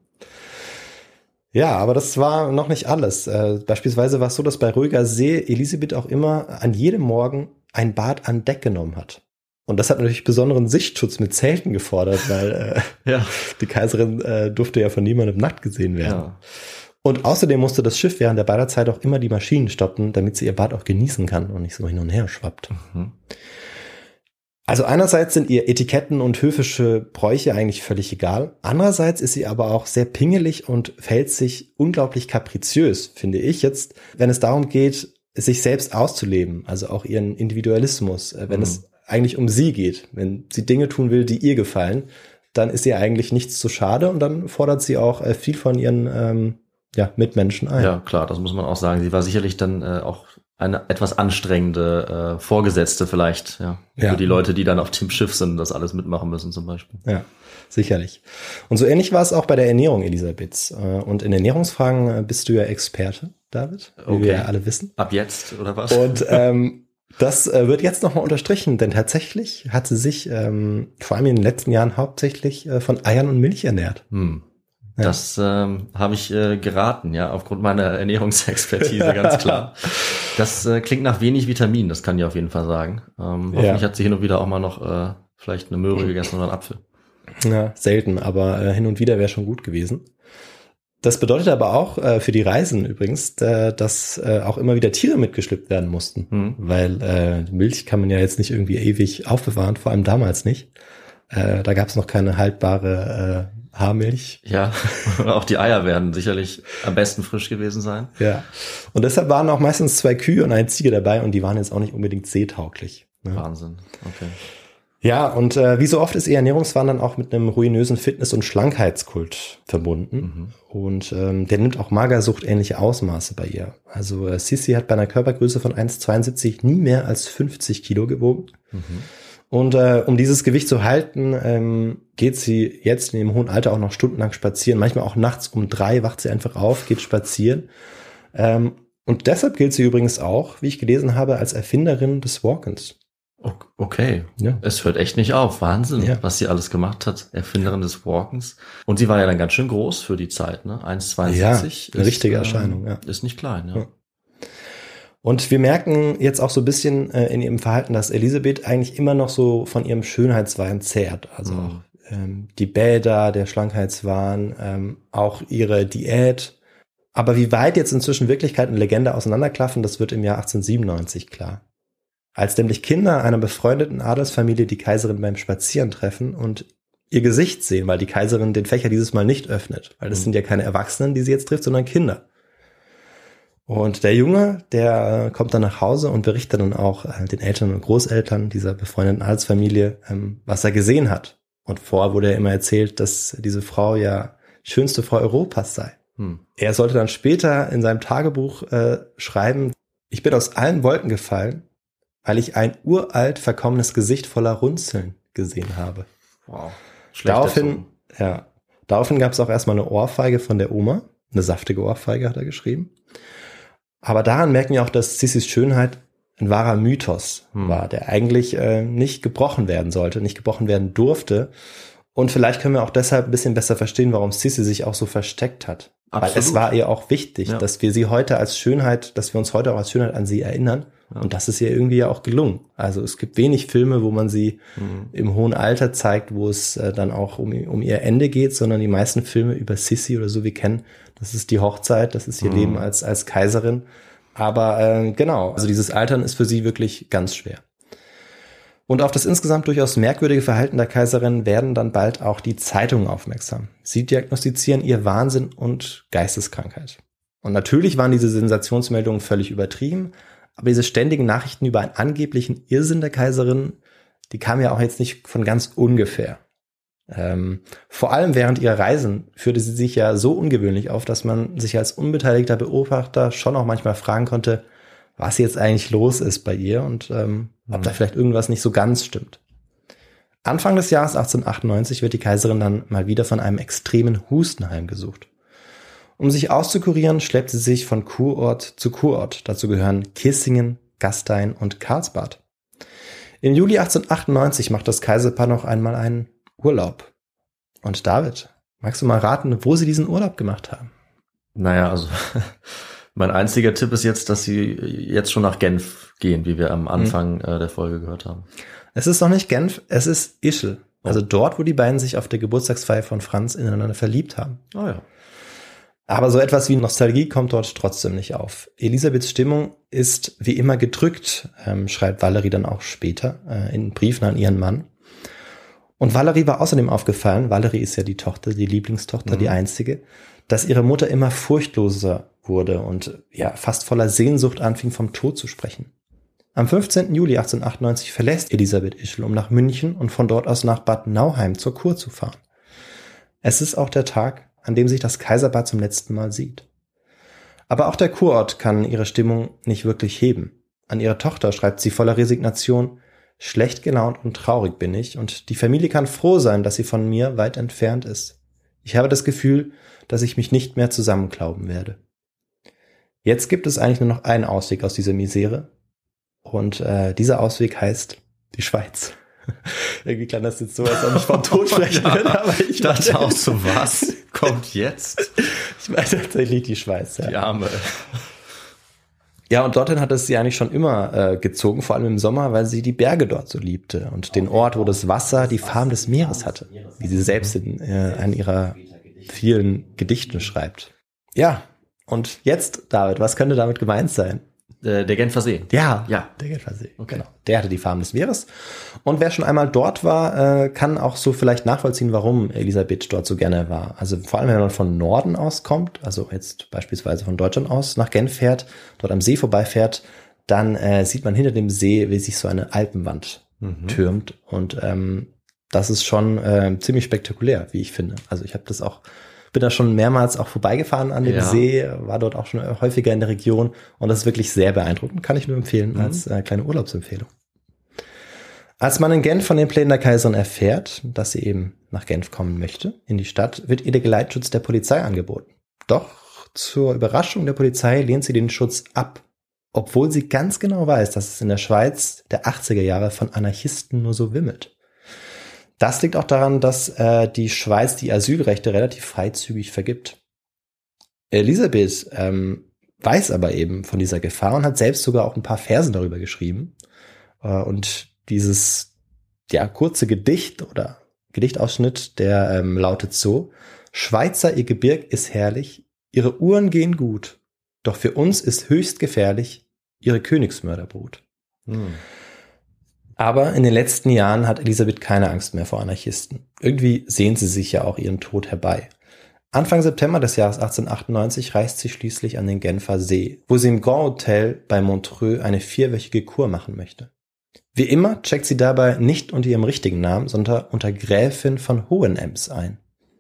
Ja, aber das war noch nicht alles. Äh, beispielsweise war es so, dass bei ruhiger See Elisabeth auch immer an jedem Morgen ein Bad an Deck genommen hat. Und das hat natürlich besonderen Sichtschutz mit Zelten gefordert, weil äh, ja. die Kaiserin äh, durfte ja von niemandem nackt gesehen werden. Ja. Und außerdem musste das Schiff während der Badezeit auch immer die Maschinen stoppen, damit sie ihr Bad auch genießen kann und nicht so hin und her schwappt. Mhm. Also einerseits sind ihr Etiketten und höfische Bräuche eigentlich völlig egal. Andererseits ist sie aber auch sehr pingelig und verhält sich unglaublich kapriziös, finde ich jetzt, wenn es darum geht, sich selbst auszuleben, also auch ihren Individualismus, wenn mhm. es eigentlich um sie geht. Wenn sie Dinge tun will, die ihr gefallen, dann ist ihr eigentlich nichts zu schade und dann fordert sie auch viel von ihren ähm, ja, Mitmenschen ein. Ja, klar, das muss man auch sagen. Sie war sicherlich dann äh, auch eine etwas anstrengende äh, Vorgesetzte vielleicht, ja, ja, für die Leute, die dann auf dem Schiff sind, das alles mitmachen müssen zum Beispiel. Ja, sicherlich. Und so ähnlich war es auch bei der Ernährung Elisabeths. Und in Ernährungsfragen bist du ja Experte. David, wie Okay. wir ja alle wissen. Ab jetzt, oder was? Und ähm, das äh, wird jetzt nochmal unterstrichen, denn tatsächlich hat sie sich ähm, vor allem in den letzten Jahren hauptsächlich äh, von Eiern und Milch ernährt. Hm. Ja. Das ähm, habe ich äh, geraten, ja, aufgrund meiner Ernährungsexpertise, ganz klar. Das äh, klingt nach wenig Vitamin, das kann ich auf jeden Fall sagen. Ähm, hoffentlich Ja. hat sie hin und wieder auch mal noch äh, vielleicht eine Möhre gegessen oder einen Apfel. Ja, selten, aber äh, hin und wieder wäre schon gut gewesen. Das bedeutet aber auch äh, für die Reisen übrigens, äh, dass äh, auch immer wieder Tiere mitgeschleppt werden mussten. Hm. Weil äh, Milch kann man ja jetzt nicht irgendwie ewig aufbewahren, vor allem damals nicht. Äh, da gab es noch keine haltbare äh, Haarmilch. Ja, auch die Eier werden sicherlich am besten frisch gewesen sein. Ja. Und deshalb waren auch meistens zwei Kühe und eine Ziege dabei und die waren jetzt auch nicht unbedingt seetauglich. Ne? Wahnsinn, okay. Ja, und äh, wie so oft ist ihr Ernährungswahn dann auch mit einem ruinösen Fitness- und Schlankheitskult verbunden. Mhm. Und ähm, der nimmt auch Magersucht ähnliche Ausmaße bei ihr. Also äh, Sissi hat bei einer Körpergröße von eins Komma zweiundsiebzig nie mehr als fünfzig Kilo gewogen. Mhm. Und äh, um dieses Gewicht zu halten, ähm, geht sie jetzt in ihrem hohen Alter auch noch stundenlang spazieren. Manchmal auch nachts um drei wacht sie einfach auf, geht spazieren. Ähm, und deshalb gilt sie übrigens auch, wie ich gelesen habe, als Erfinderin des Walkens. Okay, Ja. es hört echt nicht auf. Wahnsinn, Ja. was sie alles gemacht hat. Erfinderin des Walkens. Und sie war ja dann ganz schön groß für die Zeit, ne? eins Komma zweiundsiebzig. Ja, eine ist, richtige ähm, Erscheinung, ja. Ist nicht klein, ja. Ja. Und wir merken jetzt auch so ein bisschen äh, in ihrem Verhalten, dass Elisabeth eigentlich immer noch so von ihrem Schönheitswahn zehrt. Also Mhm. auch ähm, die Bäder, der Schlankheitswahn, ähm, auch ihre Diät. Aber wie weit jetzt inzwischen Wirklichkeit und Legende auseinanderklaffen, das wird im Jahr achtzehnhundertsiebenundneunzig klar. Als nämlich Kinder einer befreundeten Adelsfamilie die Kaiserin beim Spazieren treffen und ihr Gesicht sehen, weil die Kaiserin den Fächer dieses Mal nicht öffnet. Weil das Mhm. sind ja keine Erwachsenen, die sie jetzt trifft, sondern Kinder. Und der Junge, der äh, kommt dann nach Hause und berichtet dann auch äh, den Eltern und Großeltern dieser befreundeten Adelsfamilie, ähm, was er gesehen hat. Und vorher wurde er immer erzählt, dass diese Frau ja schönste Frau Europas sei. Hm. Er sollte dann später in seinem Tagebuch äh, schreiben, ich bin aus allen Wolken gefallen, weil ich ein uralt verkommenes Gesicht voller Runzeln gesehen habe. Wow. Schlecht Daraufhin, erzogen. ja, daraufhin gab es auch erstmal eine Ohrfeige von der Oma. Eine saftige Ohrfeige hat er geschrieben. Aber daran merken wir auch, dass Sissis Schönheit ein wahrer Mythos Hm. war, der eigentlich äh, nicht gebrochen werden sollte, nicht gebrochen werden durfte. Und vielleicht können wir auch deshalb ein bisschen besser verstehen, warum Sissi sich auch so versteckt hat. Absolut. Weil es war ihr auch wichtig, Ja. dass wir sie heute als Schönheit, dass wir uns heute auch als Schönheit an sie erinnern. Ja. Und das ist ihr irgendwie ja auch gelungen. Also es gibt wenig Filme, wo man sie Mhm. im hohen Alter zeigt, wo es äh, dann auch um, um ihr Ende geht, sondern die meisten Filme über Sissi oder so, wir kennen, das ist die Hochzeit, das ist ihr Mhm. Leben als, als Kaiserin. Aber äh, genau, also dieses Altern ist für sie wirklich ganz schwer. Und auf das insgesamt durchaus merkwürdige Verhalten der Kaiserin werden dann bald auch die Zeitungen aufmerksam. Sie diagnostizieren ihr Wahnsinn und Geisteskrankheit. Und natürlich waren diese Sensationsmeldungen völlig übertrieben, aber diese ständigen Nachrichten über einen angeblichen Irrsinn der Kaiserin, die kamen ja auch jetzt nicht von ganz ungefähr. Ähm, vor allem während ihrer Reisen führte sie sich ja so ungewöhnlich auf, dass man sich als unbeteiligter Beobachter schon auch manchmal fragen konnte, was jetzt eigentlich los ist bei ihr und ähm, ob Mhm. da vielleicht irgendwas nicht so ganz stimmt. Anfang des Jahres achtzehnhundertachtundneunzig wird die Kaiserin dann mal wieder von einem extremen Husten heimgesucht. Um sich auszukurieren, schleppt sie sich von Kurort zu Kurort. Dazu gehören Kissingen, Gastein und Karlsbad. Im Juli achtzehnhundertachtundneunzig macht das Kaiserpaar noch einmal einen Urlaub. Und David, magst du mal raten, wo sie diesen Urlaub gemacht haben? Naja, also mein einziger Tipp ist jetzt, dass sie jetzt schon nach Genf gehen, wie wir am Anfang äh, der Folge gehört haben. Es ist noch nicht Genf, es ist Ischl. Also dort, wo die beiden sich auf der Geburtstagsfeier von Franz ineinander verliebt haben. Oh ja. Aber so etwas wie Nostalgie kommt dort trotzdem nicht auf. Elisabeths Stimmung ist wie immer gedrückt, ähm, schreibt Valerie dann auch später äh, in Briefen an ihren Mann. Und Valerie war außerdem aufgefallen, Valerie ist ja die Tochter, die Lieblingstochter, Mhm. die einzige, dass ihre Mutter immer furchtloser wurde und ja fast voller Sehnsucht anfing, vom Tod zu sprechen. Am fünfzehnten Juli achtzehnhundertachtundneunzig verlässt Elisabeth Ischl, um nach München und von dort aus nach Bad Nauheim zur Kur zu fahren. Es ist auch der Tag, an dem sich das Kaiserpaar zum letzten Mal sieht. Aber auch der Kurort kann ihre Stimmung nicht wirklich heben. An ihre Tochter schreibt sie voller Resignation, schlecht gelaunt und traurig bin ich und die Familie kann froh sein, dass sie von mir weit entfernt ist. Ich habe das Gefühl, dass ich mich nicht mehr zusammenklauben werde. Jetzt gibt es eigentlich nur noch einen Ausweg aus dieser Misere. Und äh, dieser Ausweg heißt die Schweiz. Irgendwie klang das jetzt so, als ob ich vom Tod sprechen ja, würde, aber ich dachte auch so, was kommt jetzt? Ich meine tatsächlich die Schweiz, ja. Die Arme. Ja, und dorthin hat es sie eigentlich schon immer äh, gezogen, vor allem im Sommer, weil sie die Berge dort so liebte und den Ort, wo das Wasser die Farben des Meeres hatte, wie sie selbst in äh, an ihrer vielen Gedichten schreibt. Ja, und jetzt, David, was könnte damit gemeint sein? Äh, der Genfer See. Ja, Ja. der Genfer See. Okay. Genau. Der hatte die Farben des Meeres. Und wer schon einmal dort war, äh, kann auch so vielleicht nachvollziehen, warum Elisabeth dort so gerne war. Also vor allem, wenn man von Norden aus kommt, also jetzt beispielsweise von Deutschland aus nach Genf fährt, dort am See vorbeifährt, dann äh, sieht man hinter dem See, wie sich so eine Alpenwand Mhm. türmt. Und ähm, das ist schon äh, ziemlich spektakulär, wie ich finde. Also ich habe das auch bin da schon mehrmals auch vorbeigefahren an dem Ja. See, war dort auch schon häufiger in der Region und das ist wirklich sehr beeindruckend, kann ich nur empfehlen Mhm. als äh, kleine Urlaubsempfehlung. Als man in Genf von den Plänen der Kaiserin erfährt, dass sie eben nach Genf kommen möchte, in die Stadt, wird ihr der Geleitschutz der Polizei angeboten. Doch zur Überraschung der Polizei lehnt sie den Schutz ab, obwohl sie ganz genau weiß, dass es in der Schweiz der achtziger Jahre von Anarchisten nur so wimmelt. Das liegt auch daran, dass äh, die Schweiz die Asylrechte relativ freizügig vergibt. Elisabeth ähm, weiß aber eben von dieser Gefahr und hat selbst sogar auch ein paar Verse darüber geschrieben. Äh, und dieses ja kurze Gedicht oder Gedichtausschnitt, der ähm, lautet so: Schweizer, ihr Gebirg ist herrlich, ihre Uhren gehen gut, doch für uns ist höchst gefährlich ihre Königsmörderbrut. Mhm. Aber in den letzten Jahren hat Elisabeth keine Angst mehr vor Anarchisten. Irgendwie sehnt sie sich ja auch ihren Tod herbei. Anfang September des Jahres achtzehnhundertachtundneunzig reist sie schließlich an den Genfer See, wo sie im Grand Hotel bei Montreux eine vierwöchige Kur machen möchte. Wie immer checkt sie dabei nicht unter ihrem richtigen Namen, sondern unter Gräfin von Hohenems ein.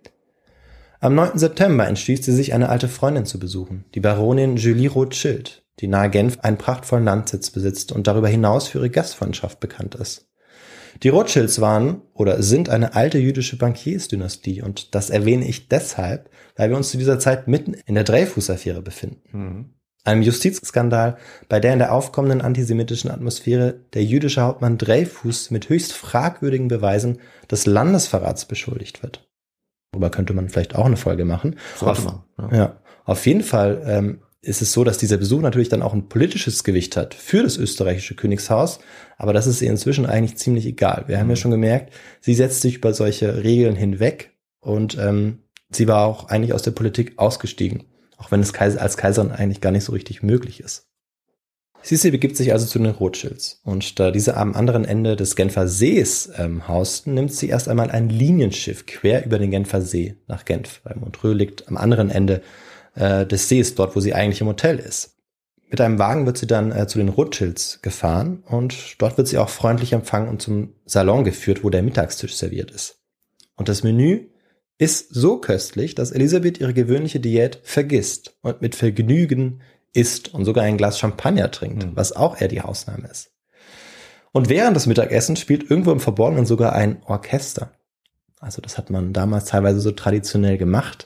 Am neunten September entschließt sie sich, eine alte Freundin zu besuchen, die Baronin Julie Rothschild, die nahe Genf einen prachtvollen Landsitz besitzt und darüber hinaus für ihre Gastfreundschaft bekannt ist. Die Rothschilds waren oder sind eine alte jüdische Bankiersdynastie und das erwähne ich deshalb, weil wir uns zu dieser Zeit mitten in der Dreyfus-Affäre befinden. Mhm. Einem Justizskandal, bei der in der aufkommenden antisemitischen Atmosphäre der jüdische Hauptmann Dreyfus mit höchst fragwürdigen Beweisen des Landesverrats beschuldigt wird. Darüber könnte man vielleicht auch eine Folge machen. Sollte auf, man, ja. ja, auf jeden Fall ähm, ist es so, dass dieser Besuch natürlich dann auch ein politisches Gewicht hat für das österreichische Königshaus, aber das ist ihr inzwischen eigentlich ziemlich egal. Wir haben ja schon gemerkt, sie setzt sich über solche Regeln hinweg und ähm, sie war auch eigentlich aus der Politik ausgestiegen, auch wenn es als Kaiserin eigentlich gar nicht so richtig möglich ist. Sissi begibt sich also zu den Rothschilds und da diese am anderen Ende des Genfer Sees ähm, hausten, nimmt sie erst einmal ein Linienschiff quer über den Genfer See nach Genf, weil Montreux liegt am anderen Ende des Sees, dort, wo sie eigentlich im Hotel ist. Mit einem Wagen wird sie dann äh, zu den Rothschilds gefahren und dort wird sie auch freundlich empfangen und zum Salon geführt, wo der Mittagstisch serviert ist. Und das Menü ist so köstlich, dass Elisabeth ihre gewöhnliche Diät vergisst und mit Vergnügen isst und sogar ein Glas Champagner trinkt, mhm. was auch eher die Ausnahme ist. Und während des Mittagessens spielt irgendwo im Verborgenen sogar ein Orchester. Also das hat man damals teilweise so traditionell gemacht.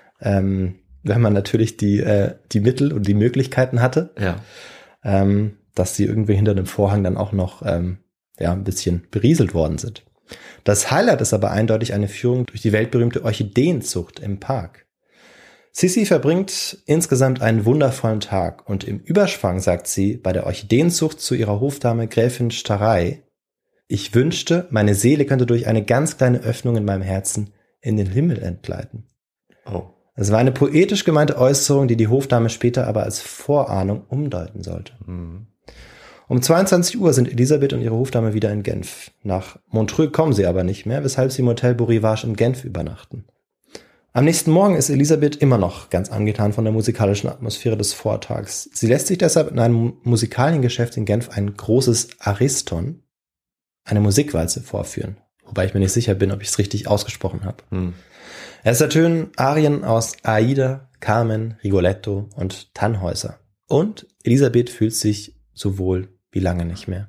Ähm, wenn man natürlich die äh, die Mittel und die Möglichkeiten hatte, Ja. ähm, dass sie irgendwie hinter dem Vorhang dann auch noch ähm, ja ein bisschen berieselt worden sind. Das Highlight ist aber eindeutig eine Führung durch die weltberühmte Orchideenzucht im Park. Sissi verbringt insgesamt einen wundervollen Tag und im Überschwang sagt sie bei der Orchideenzucht zu ihrer Hofdame Gräfin Starey: Ich wünschte, meine Seele könnte durch eine ganz kleine Öffnung in meinem Herzen in den Himmel entgleiten. Oh. Es war eine poetisch gemeinte Äußerung, die die Hofdame später aber als Vorahnung umdeuten sollte. Mhm. Um zweiundzwanzig Uhr sind Elisabeth und ihre Hofdame wieder in Genf. Nach Montreux kommen sie aber nicht mehr, weshalb sie im Hotel Beau Rivage in Genf übernachten. Am nächsten Morgen ist Elisabeth immer noch ganz angetan von der musikalischen Atmosphäre des Vortags. Sie lässt sich deshalb in einem Musikaliengeschäft in Genf ein großes Ariston, eine Musikwalze, vorführen. Wobei ich mir nicht sicher bin, ob ich es richtig ausgesprochen habe. Mhm. Es ertönen Arien aus Aida, Carmen, Rigoletto und Tannhäuser. Und Elisabeth fühlt sich so wohl wie lange nicht mehr.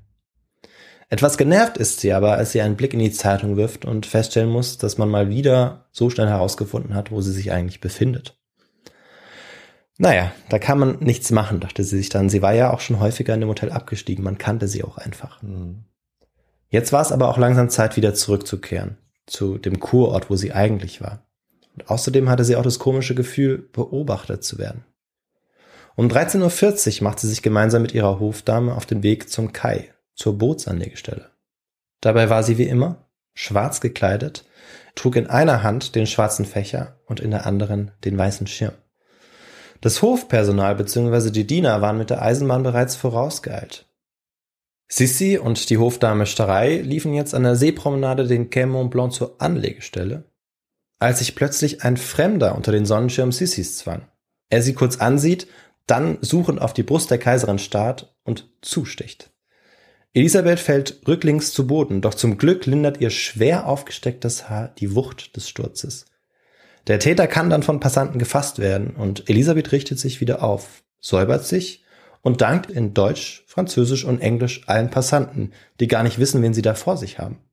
Etwas genervt ist sie aber, als sie einen Blick in die Zeitung wirft und feststellen muss, dass man mal wieder so schnell herausgefunden hat, wo sie sich eigentlich befindet. Naja, da kann man nichts machen, dachte sie sich dann. Sie war ja auch schon häufiger in dem Hotel abgestiegen. Man kannte sie auch einfach. Mhm. Jetzt war es aber auch langsam Zeit, wieder zurückzukehren. Zu dem Kurort, wo sie eigentlich war. Und außerdem hatte sie auch das komische Gefühl, beobachtet zu werden. Um dreizehn Uhr vierzig macht sie sich gemeinsam mit ihrer Hofdame auf den Weg zum Kai, zur Bootsanlegestelle. Dabei war sie wie immer schwarz gekleidet, trug in einer Hand den schwarzen Fächer und in der anderen den weißen Schirm. Das Hofpersonal bzw. die Diener waren mit der Eisenbahn bereits vorausgeeilt. Sissi und die Hofdame Starei liefen jetzt an der Seepromenade den Quai Mont Blanc zur Anlegestelle, als sich plötzlich ein Fremder unter den Sonnenschirm Sissis zwang. Er sie kurz ansieht, dann suchend auf die Brust der Kaiserin starrt und zusticht. Elisabeth fällt rücklings zu Boden, doch zum Glück lindert ihr schwer aufgestecktes Haar die Wucht des Sturzes. Der Täter kann dann von Passanten gefasst werden und Elisabeth richtet sich wieder auf, säubert sich und dankt in Deutsch, Französisch und Englisch allen Passanten, die gar nicht wissen, wen sie da vor sich haben.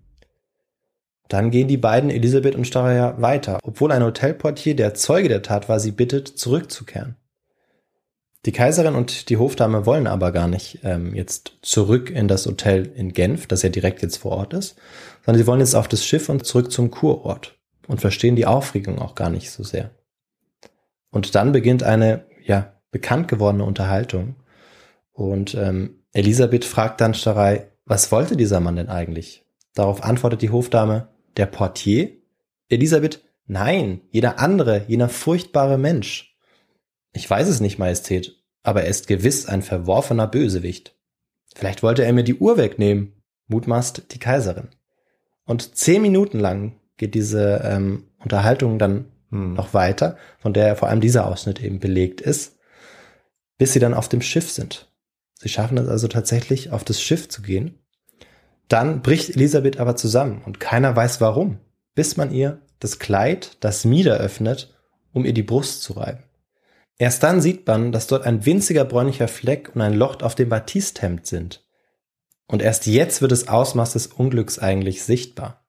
Dann gehen die beiden, Elisabeth und Staraya, weiter, obwohl ein Hotelportier, der Zeuge der Tat war, sie bittet, zurückzukehren. Die Kaiserin und die Hofdame wollen aber gar nicht ähm, jetzt zurück in das Hotel in Genf, das ja direkt jetzt vor Ort ist, sondern sie wollen jetzt auf das Schiff und zurück zum Kurort und verstehen die Aufregung auch gar nicht so sehr. Und dann beginnt eine, ja, bekannt gewordene Unterhaltung und ähm, Elisabeth fragt dann Starei, was wollte dieser Mann denn eigentlich? Darauf antwortet die Hofdame, der Portier? Elisabeth, nein, jeder andere, jener furchtbare Mensch. Ich weiß es nicht, Majestät, aber er ist gewiss ein verworfener Bösewicht. Vielleicht wollte er mir die Uhr wegnehmen, mutmaßt die Kaiserin. Und zehn Minuten lang geht diese ähm, Unterhaltung dann hm. noch weiter, von der vor allem dieser Ausschnitt eben belegt ist, bis sie dann auf dem Schiff sind. Sie schaffen es also tatsächlich, auf das Schiff zu gehen. Dann bricht Elisabeth aber zusammen und keiner weiß warum, bis man ihr das Kleid, das Mieder öffnet, um ihr die Brust zu reiben. Erst dann sieht man, dass dort ein winziger bräunlicher Fleck und ein Loch auf dem Batisthemd sind. Und erst jetzt wird das Ausmaß des Unglücks eigentlich sichtbar.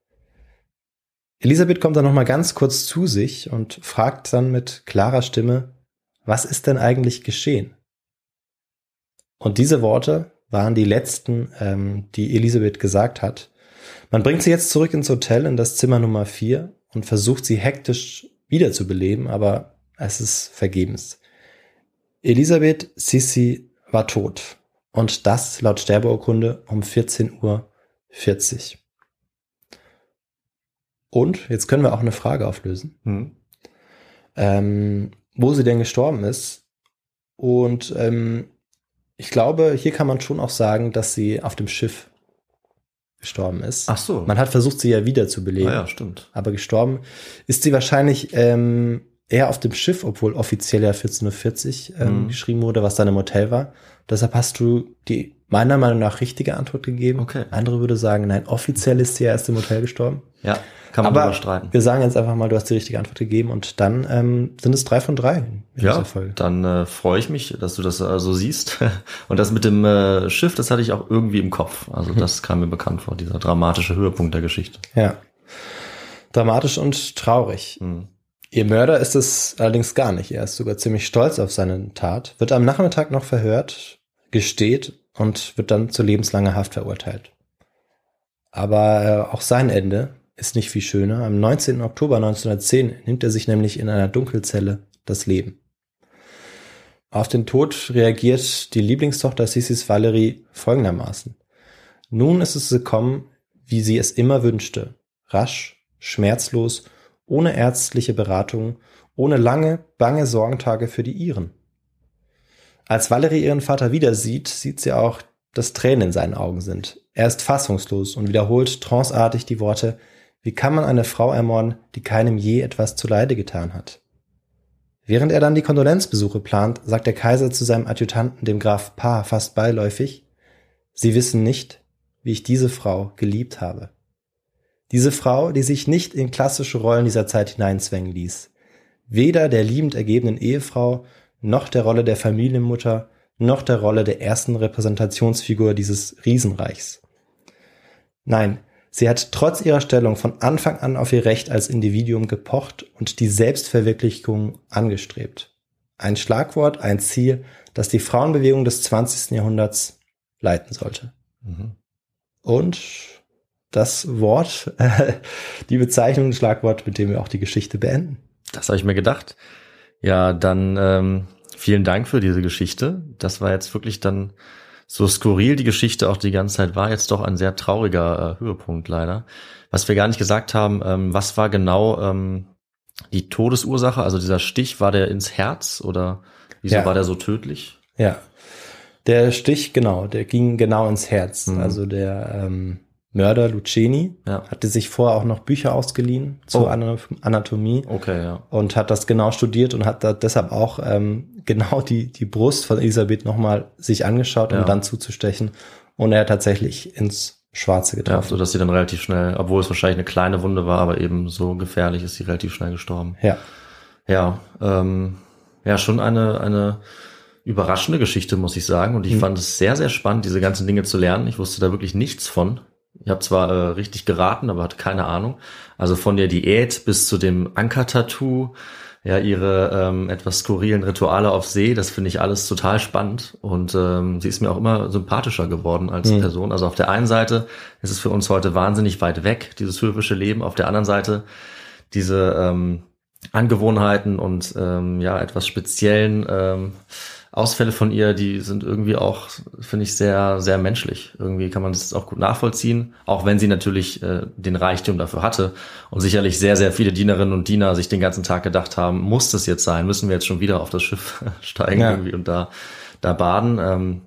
Elisabeth kommt dann nochmal ganz kurz zu sich und fragt dann mit klarer Stimme, was ist denn eigentlich geschehen? Und diese Worte waren die letzten, ähm, die Elisabeth gesagt hat. Man bringt sie jetzt zurück ins Hotel, in das Zimmer Nummer vier und versucht sie hektisch wiederzubeleben, aber es ist vergebens. Elisabeth Sissi war tot. Und das laut Sterbeurkunde um vierzehn Uhr vierzig. Und jetzt können wir auch eine Frage auflösen. Hm. Ähm, wo sie denn gestorben ist. Und ähm, ich glaube, hier kann man schon auch sagen, dass sie auf dem Schiff gestorben ist. Ach so. Man hat versucht, sie ja wiederzubeleben. Ah ja, stimmt. Aber gestorben ist sie wahrscheinlich ähm, eher auf dem Schiff, obwohl offiziell ja vierzehn Uhr vierzig ähm, mhm. geschrieben wurde, was dann im Hotel war. Deshalb hast du die meiner Meinung nach richtige Antwort gegeben. Okay. Andere würde sagen, nein, offiziell ist sie ja erst im Hotel gestorben. Ja, kann man drüber streiten. Wir sagen jetzt einfach mal, du hast die richtige Antwort gegeben und dann ähm, sind es drei von drei in ja, dieser Folge. Dann äh, freue ich mich, dass du das äh, so siehst. Und das mit dem äh, Schiff, das hatte ich auch irgendwie im Kopf. Also mhm. das kam mir bekannt vor, dieser dramatische Höhepunkt der Geschichte. Ja, dramatisch und traurig. Mhm. Ihr Mörder ist es allerdings gar nicht. Er ist sogar ziemlich stolz auf seine Tat, wird am Nachmittag noch verhört, gesteht und wird dann zu lebenslanger Haft verurteilt. Aber äh, auch sein Ende ist nicht viel schöner. Am neunzehnten Oktober neunzehnhundertzehn nimmt er sich nämlich in einer Dunkelzelle das Leben. Auf den Tod reagiert die Lieblingstochter Sissis Valerie folgendermaßen. Nun ist es gekommen, wie sie es immer wünschte. Rasch, schmerzlos, ohne ärztliche Beratung, ohne lange, bange Sorgentage für die ihren. Als Valerie ihren Vater wieder sieht, sieht sie auch, dass Tränen in seinen Augen sind. Er ist fassungslos und wiederholt tranceartig die Worte, wie kann man eine Frau ermorden, die keinem je etwas zuleide getan hat? Während er dann die Kondolenzbesuche plant, sagt der Kaiser zu seinem Adjutanten, dem Graf Paar, fast beiläufig, Sie wissen nicht, wie ich diese Frau geliebt habe. Diese Frau, die sich nicht in klassische Rollen dieser Zeit hineinzwängen ließ. Weder der liebend ergebenen Ehefrau, noch der Rolle der Familienmutter, noch der Rolle der ersten Repräsentationsfigur dieses Riesenreichs. Nein, sie hat trotz ihrer Stellung von Anfang an auf ihr Recht als Individuum gepocht und die Selbstverwirklichung angestrebt. ein Schlagwort, ein Ziel, das die Frauenbewegung des zwanzigsten Jahrhunderts leiten sollte. Mhm. Und das Wort, äh, die Bezeichnung, das Schlagwort, mit dem wir auch die Geschichte beenden. Das habe ich mir gedacht. Ja, dann ähm, vielen Dank für diese Geschichte. Das war jetzt wirklich dann, so skurril die Geschichte auch die ganze Zeit war, jetzt doch ein sehr trauriger äh, Höhepunkt leider. Was wir gar nicht gesagt haben, ähm, was war genau ähm, die Todesursache? Also dieser Stich, war der ins Herz oder wieso Ja. war der so tödlich? Ja, der Stich, genau, der ging genau ins Herz. Mhm. Also der ähm, Mörder Lucchini Ja. hatte sich vorher auch noch Bücher ausgeliehen zur Oh. Ana- Anatomie Okay, ja. und hat das genau studiert und hat da deshalb auch ähm, genau die die Brust von Elisabeth nochmal sich angeschaut, um Ja. dann zuzustechen. Und er hat tatsächlich ins Schwarze Ja, getroffen. so dass sie dann relativ schnell, obwohl es wahrscheinlich eine kleine Wunde war, aber eben so gefährlich ist sie relativ schnell gestorben. Ja, Ja, ähm, ja, schon eine eine überraschende Geschichte, muss ich sagen. Und ich Mhm. fand es sehr, sehr spannend, diese ganzen Dinge zu lernen. Ich wusste da wirklich nichts von. Ich habe zwar äh, richtig geraten, aber hatte keine Ahnung. Also von der Diät bis zu dem Anker-Tattoo, ja, ihre ähm, etwas skurrilen Rituale auf See, das finde ich alles total spannend. Und ähm, sie ist mir auch immer sympathischer geworden als Mhm. Person. Also auf der einen Seite ist es für uns heute wahnsinnig weit weg, dieses höfische Leben. Auf der anderen Seite diese ähm, Angewohnheiten und ähm, ja etwas speziellen ähm, Ausfälle von ihr, die sind irgendwie auch, finde ich, sehr, sehr menschlich. Irgendwie kann man das auch gut nachvollziehen, auch wenn sie natürlich äh, den Reichtum dafür hatte und sicherlich sehr, sehr viele Dienerinnen und Diener sich den ganzen Tag gedacht haben, muss das jetzt sein, müssen wir jetzt schon wieder auf das Schiff steigen Ja. irgendwie und da, da baden. Ähm,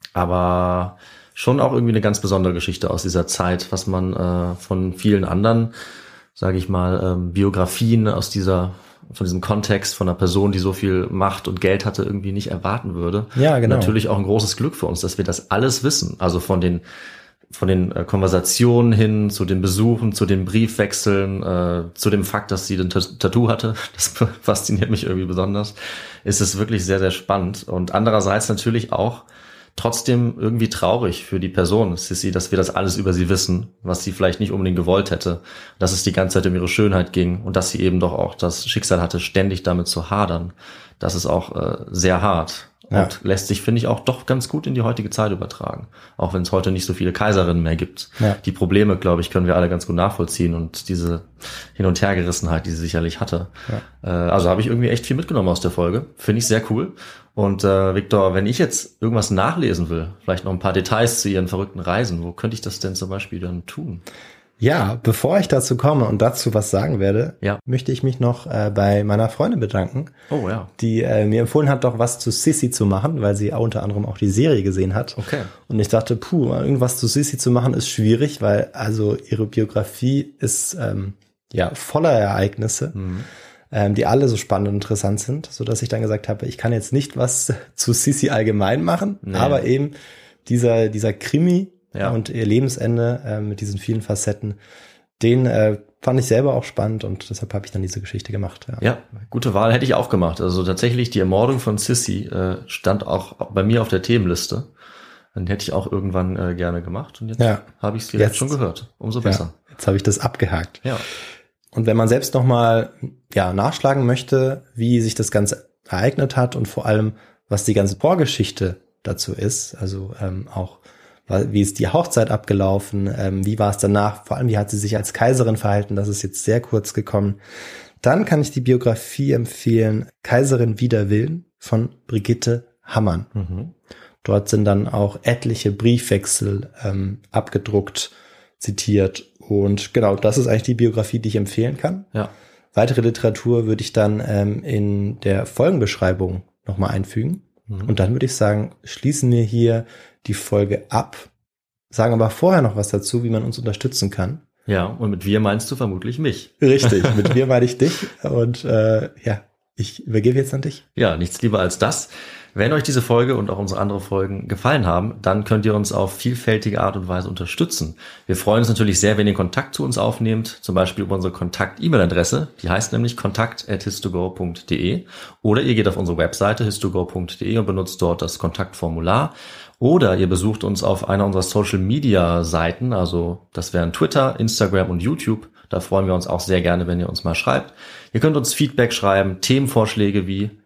aber schon auch irgendwie eine ganz besondere Geschichte aus dieser Zeit, was man äh, von vielen anderen, sage ich mal, ähm, Biografien aus dieser von diesem Kontext von einer Person, die so viel Macht und Geld hatte, irgendwie nicht erwarten würde. Ja, genau. Natürlich auch ein großes Glück für uns, dass wir das alles wissen. Also von den von den äh, Konversationen hin zu den Besuchen, zu den Briefwechseln, äh, zu dem Fakt, dass sie ein Tat- Tattoo hatte. Das fasziniert mich irgendwie besonders. Ist es wirklich sehr, sehr spannend. Und andererseits natürlich auch trotzdem irgendwie traurig für die Person, Sissi, dass wir das alles über sie wissen, was sie vielleicht nicht unbedingt gewollt hätte, dass es die ganze Zeit um ihre Schönheit ging und dass sie eben doch auch das Schicksal hatte, ständig damit zu hadern. Das ist auch äh, sehr hart und Ja. lässt sich, finde ich, auch doch ganz gut in die heutige Zeit übertragen, auch wenn es heute nicht so viele Kaiserinnen mehr gibt. Ja. Die Probleme, glaube ich, können wir alle ganz gut nachvollziehen und diese Hin- und Hergerissenheit, die sie sicherlich hatte. Äh, also habe ich irgendwie echt viel mitgenommen aus der Folge. Finde ich sehr cool. Und äh, Victor, wenn ich jetzt irgendwas nachlesen will, vielleicht noch ein paar Details zu ihren verrückten Reisen, wo könnte ich das denn zum Beispiel dann tun? Ja, bevor ich dazu komme und dazu was sagen werde, Ja. möchte ich mich noch äh, bei meiner Freundin bedanken, Oh ja. die äh, mir empfohlen hat, doch was zu Sissi zu machen, weil sie unter anderem auch die Serie gesehen hat. Okay. Und ich dachte, puh, irgendwas zu Sissi zu machen ist schwierig, weil also ihre Biografie ist ähm, ja voller Ereignisse, Mhm. ähm, die alle so spannend und interessant sind, so dass ich dann gesagt habe, ich kann jetzt nicht was zu Sissi allgemein machen, Nee. aber eben dieser dieser Krimi Ja. und ihr Lebensende äh, mit diesen vielen Facetten, den äh, fand ich selber auch spannend und deshalb habe ich dann diese Geschichte gemacht. Ja. Ja, gute Wahl hätte ich auch gemacht. Also tatsächlich die Ermordung von Sissi äh, stand auch bei mir auf der Themenliste. Dann hätte ich auch irgendwann äh, gerne gemacht und jetzt Ja. habe ich es direkt Jetzt. schon gehört. Umso Ja, besser. jetzt habe ich das abgehakt. Ja. Und wenn man selbst nochmal ja, nachschlagen möchte, wie sich das Ganze ereignet hat und vor allem, was die ganze Vorgeschichte dazu ist, also ähm, auch, wie ist die Hochzeit abgelaufen, ähm, wie war es danach, vor allem, wie hat sie sich als Kaiserin verhalten, das ist jetzt sehr kurz gekommen, dann kann ich die Biografie empfehlen, Kaiserin wider Willen von Brigitte Hammann. Mhm. Dort sind dann auch etliche Briefwechsel ähm, abgedruckt, zitiert und genau, das ist eigentlich die Biografie, die ich empfehlen kann. Ja. Weitere Literatur würde ich dann ähm, in der Folgenbeschreibung nochmal einfügen. Mhm. Und dann würde ich sagen, schließen wir hier die Folge ab, sagen aber vorher noch was dazu, wie man uns unterstützen kann. Ja, und mit wir meinst du vermutlich mich. Richtig, mit mir meine ich dich. Und äh, ja, ich übergebe jetzt an dich. Ja, nichts lieber als das. Wenn euch diese Folge und auch unsere anderen Folgen gefallen haben, dann könnt ihr uns auf vielfältige Art und Weise unterstützen. Wir freuen uns natürlich sehr, wenn ihr Kontakt zu uns aufnehmt, zum Beispiel über unsere Kontakt-E-Mail-Adresse, die heißt nämlich kontakt at histogo punkt de, oder ihr geht auf unsere Webseite histogo punkt de und benutzt dort das Kontaktformular, oder ihr besucht uns auf einer unserer Social-Media-Seiten, also das wären Twitter, Instagram und YouTube. Da freuen wir uns auch sehr gerne, wenn ihr uns mal schreibt. Ihr könnt uns Feedback schreiben, Themenvorschläge wie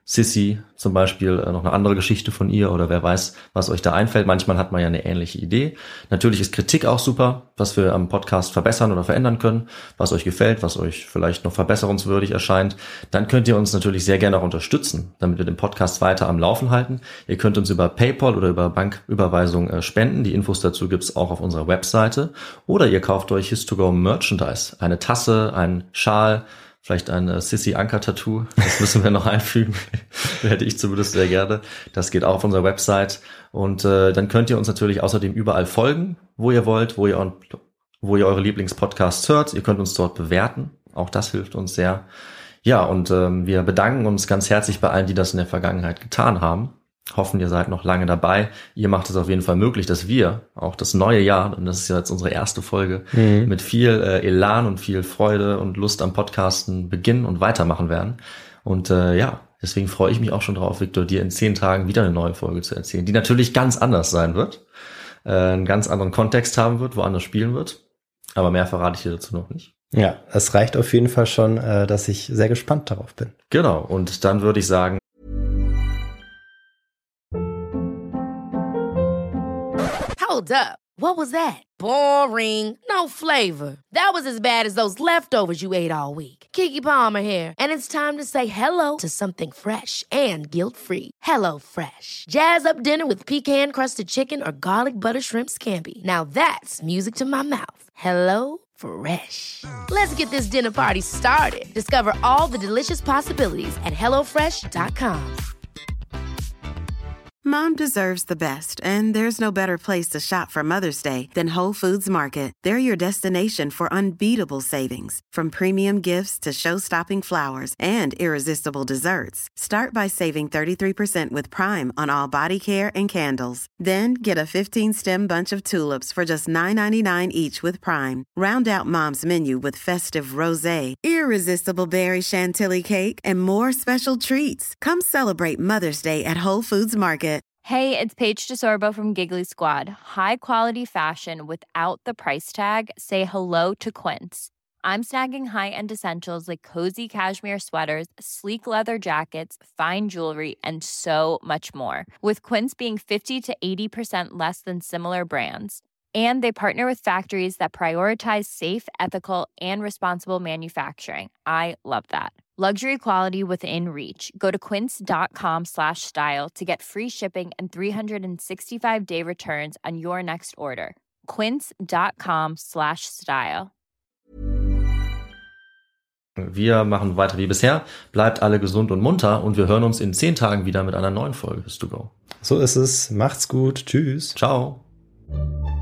Sissy zum Beispiel äh, noch eine andere Geschichte von ihr oder wer weiß, was euch da einfällt. Manchmal hat man ja eine ähnliche Idee. Natürlich ist Kritik auch super, was wir am Podcast verbessern oder verändern können, was euch gefällt, was euch vielleicht noch verbesserungswürdig erscheint. Dann könnt ihr uns natürlich sehr gerne auch unterstützen, damit wir den Podcast weiter am Laufen halten. Ihr könnt uns über PayPal oder über Banküberweisung äh, spenden. Die Infos dazu gibt's auch auf unserer Webseite. Oder ihr kauft euch Histogo Merchandise, eine Tasse, einen Schal, vielleicht ein äh, Sissy-Anker-Tattoo, das müssen wir noch einfügen, hätte ich zumindest sehr gerne. Das geht auch auf unserer Website. Und äh, dann könnt ihr uns natürlich außerdem überall folgen, wo ihr wollt, wo ihr, wo ihr eure Lieblingspodcasts hört. Ihr könnt uns dort bewerten, auch das hilft uns sehr. Ja, und ähm, wir bedanken uns ganz herzlich bei allen, die das in der Vergangenheit getan haben. Hoffen, ihr seid noch lange dabei. Ihr macht es auf jeden Fall möglich, dass wir auch das neue Jahr, und das ist ja jetzt unsere erste Folge, mhm. mit viel äh, Elan und viel Freude und Lust am Podcasten beginnen und weitermachen werden. Und äh, ja, deswegen freue ich mich auch schon drauf, Victor, dir in zehn Tagen wieder eine neue Folge zu erzählen, die natürlich ganz anders sein wird, äh, einen ganz anderen Kontext haben wird, woanders spielen wird. Aber mehr verrate ich dir dazu noch nicht. Ja, es reicht auf jeden Fall schon, äh, dass ich sehr gespannt darauf bin. Genau, und dann würde ich sagen, Hold up. What was that? Boring. No flavor. That was as bad as those leftovers you ate all week. Keke Palmer here, and it's time to say hello to something fresh and guilt-free. Hello Fresh. Jazz up dinner with pecan-crusted chicken or garlic butter shrimp scampi. Now that's music to my mouth. Hello Fresh. Let's get this dinner party started. Discover all the delicious possibilities at hello fresh dot com. Mom deserves the best, and there's no better place to shop for Mother's Day than Whole Foods Market. They're your destination for unbeatable savings, from premium gifts to show-stopping flowers and irresistible desserts. Start by saving thirty-three percent with Prime on all body care and candles. Then get a fifteen-stem bunch of tulips for just nine ninety-nine each with Prime. Round out Mom's menu with festive rosé, irresistible berry chantilly cake, and more special treats. Come celebrate Mother's Day at Whole Foods Market. Hey, it's Paige DeSorbo from Giggly Squad. High quality fashion without the price tag. Say hello to Quince. I'm snagging high-end essentials like cozy cashmere sweaters, sleek leather jackets, fine jewelry, and so much more. With Quince being fifty to eighty percent less than similar brands. And they partner with factories that prioritize safe, ethical, and responsible manufacturing. I love that. Luxury quality within reach. Go to quince.com slash style to get free shipping and three sixty-five day returns on your next order. Quince.com slash style. Wir machen weiter wie bisher. Bleibt alle gesund und munter und wir hören uns in zehn Tagen wieder mit einer neuen Folge Histogo. So ist es. Macht's gut. Tschüss. Ciao.